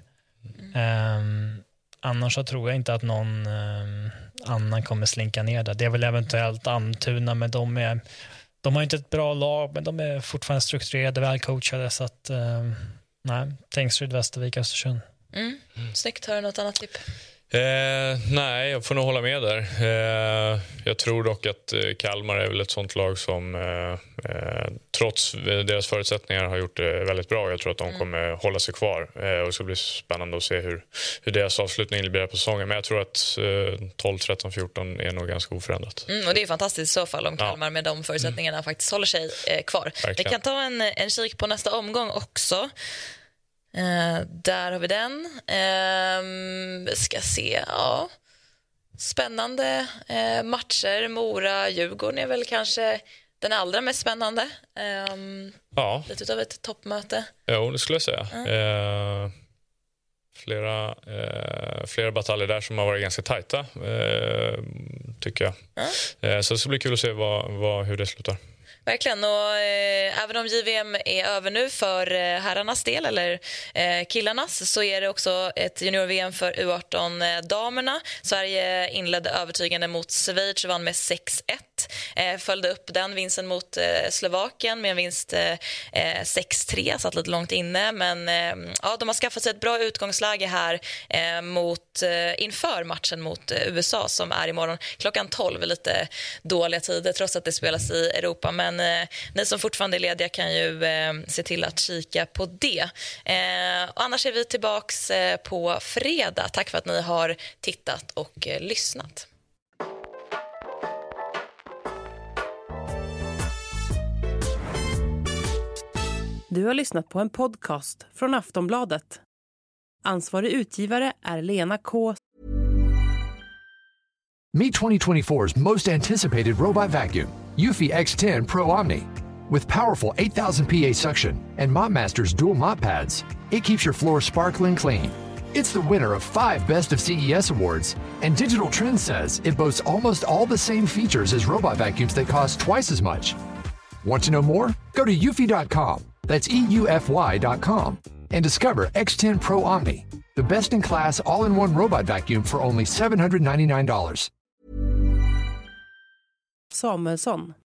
Mm. Annars så tror jag inte att någon annan kommer slinka ner där. Det är väl eventuellt Almtuna, men de är... De har inte ett bra lag, men de är fortfarande strukturerade, välcoachade, så att nej, Tingsryd, Västervik, Östersund. Mm. Snyggt, har du något annat tipp? Eh, nej, jag får nog hålla med där. Eh, jag tror dock att eh, Kalmar är väl ett sånt lag som eh, eh, trots deras förutsättningar har gjort det väldigt bra. Jag tror att de mm. kommer hålla sig kvar. Eh, och det ska bli spännande att se hur, hur deras avslutning blir på säsongen. Men jag tror att eh, tolv, tretton, fjorton är nog ganska oförändrat. Mm, och det är fantastiskt i så fall om Kalmar ja. med de förutsättningarna mm. faktiskt håller sig eh, kvar. Verkligen. Vi kan ta en, en kik på nästa omgång också. Uh, där har vi den. Uh, ska se, ja. Spännande uh, matcher. Mora, Djurgården är väl kanske den allra mest spännande. Uh, ja. Lite av ett toppmöte. Jo, det skulle jag säga. Uh. Uh, flera, uh, flera bataljer där som har varit ganska tajta, uh, tycker jag. Uh. Uh, så det ska bli kul att se vad, vad, hur det slutar. Verkligen, och eh, även om J V M är över nu för eh, herrarnas del eller eh, killarnas, så är det också ett junior-V M för U arton-damerna. Sverige inledde övertygande mot Schweiz och vann med sex ett. Eh, följde upp den vinsten mot eh, Slovakien med en vinst eh, sex tre, satt lite långt inne. Men eh, ja, de har skaffat sig ett bra utgångsläge här eh, mot, eh, inför matchen mot eh, U S A som är imorgon klockan tolv. Lite dåliga tider trots att det spelas i Europa, men eh, ni som fortfarande är lediga kan ju eh, se till att kika på det. Eh, och annars är vi tillbaks eh, på fredag. Tack för att ni har tittat och eh, lyssnat. Du har lyssnat på en podcast från Aftonbladet. Ansvarig utgivare är Lena K. Meet twenty twenty-four's most anticipated robot vacuum, Eufy X ten Pro Omni. With powerful eight thousand P A suction and MopMaster's dual mop pads, it keeps your floor sparkling clean. It's the winner of five Best of C E S awards, and Digital Trends says it boasts almost all the same features as robot vacuums that cost twice as much. Want to know more? Go to eufy dot com. That's E U F Y dot com. And discover X ten Pro Omni, the best-in-class all-in-one robot vacuum for only seven hundred ninety-nine dollars. Samuelsson.